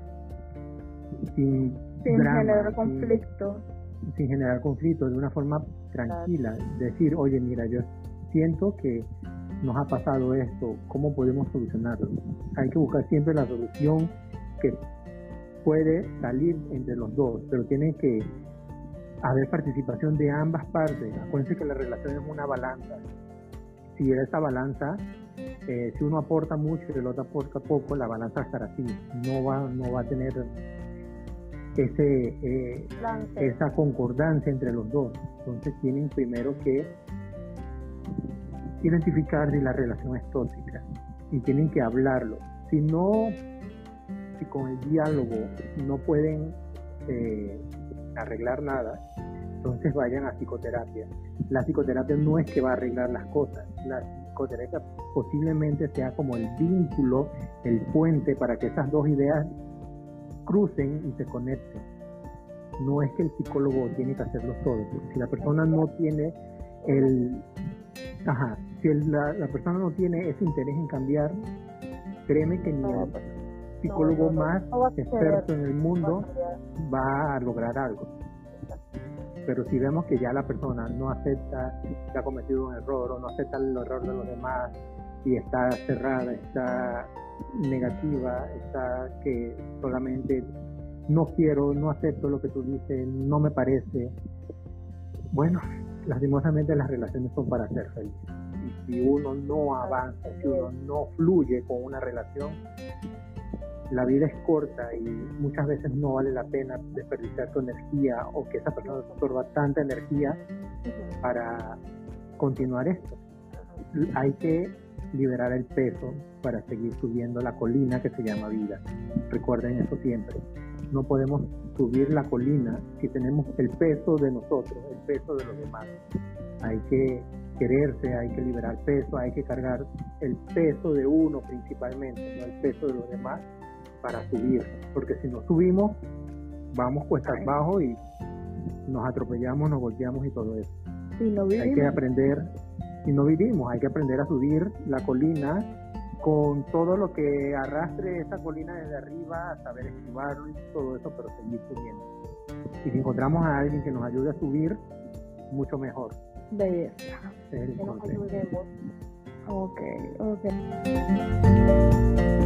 drama, generar conflicto. sin generar conflicto, de una forma tranquila. Decir, oye, mira, yo siento que nos ha pasado esto, ¿cómo podemos solucionarlo? Hay que buscar siempre la solución que puede salir entre los dos, pero tiene que haber participación de ambas partes. Acuérdense que la relación es una balanza. Si esa balanza, si uno aporta mucho y el otro aporta poco, la balanza estará así. No va a tener esa concordancia entre los dos. Entonces tienen primero que identificar si la relación es tóxica. y tienen que hablarlo. Si con el diálogo no pueden arreglar nada, entonces vayan a psicoterapia. La psicoterapia no es que va a arreglar las cosas, la psicoterapia posiblemente sea como el vínculo, el puente para que esas dos ideas crucen y se conecten. No es que el psicólogo tiene que hacerlo todo. Si la persona no tiene la persona no tiene ese interés en cambiar, créeme que ni el psicólogo más experto en el mundo va a lograr algo. Pero si vemos que ya la persona no acepta que ha cometido un error o no acepta el error de los demás y está cerrada, está negativa, está que solamente no quiero, no acepto lo que tú dices, no me parece, bueno, lastimosamente las relaciones son para ser felices. Y si uno no avanza, si uno no fluye con una relación, la vida es corta y muchas veces no vale la pena desperdiciar tu energía o que esa persona absorba tanta energía para continuar esto. Hay que liberar el peso para seguir subiendo la colina que se llama vida. Recuerden eso siempre. No podemos subir la colina si tenemos el peso de nosotros, el peso de los demás. Hay que quererse, hay que liberar peso, hay que cargar el peso de uno principalmente, no el peso de los demás, para subir, porque si no subimos vamos cuesta abajo y nos atropellamos, nos golpeamos y todo eso. Y no vivimos. Hay que aprender, y no vivimos, hay que aprender a subir la colina con todo lo que arrastre esa colina desde arriba, a saber esquivarlo y todo eso, pero seguir subiendo. Y si encontramos a alguien que nos ayude a subir, mucho mejor. Belleza. Es el Que nos consejo. ayudemos. Ok.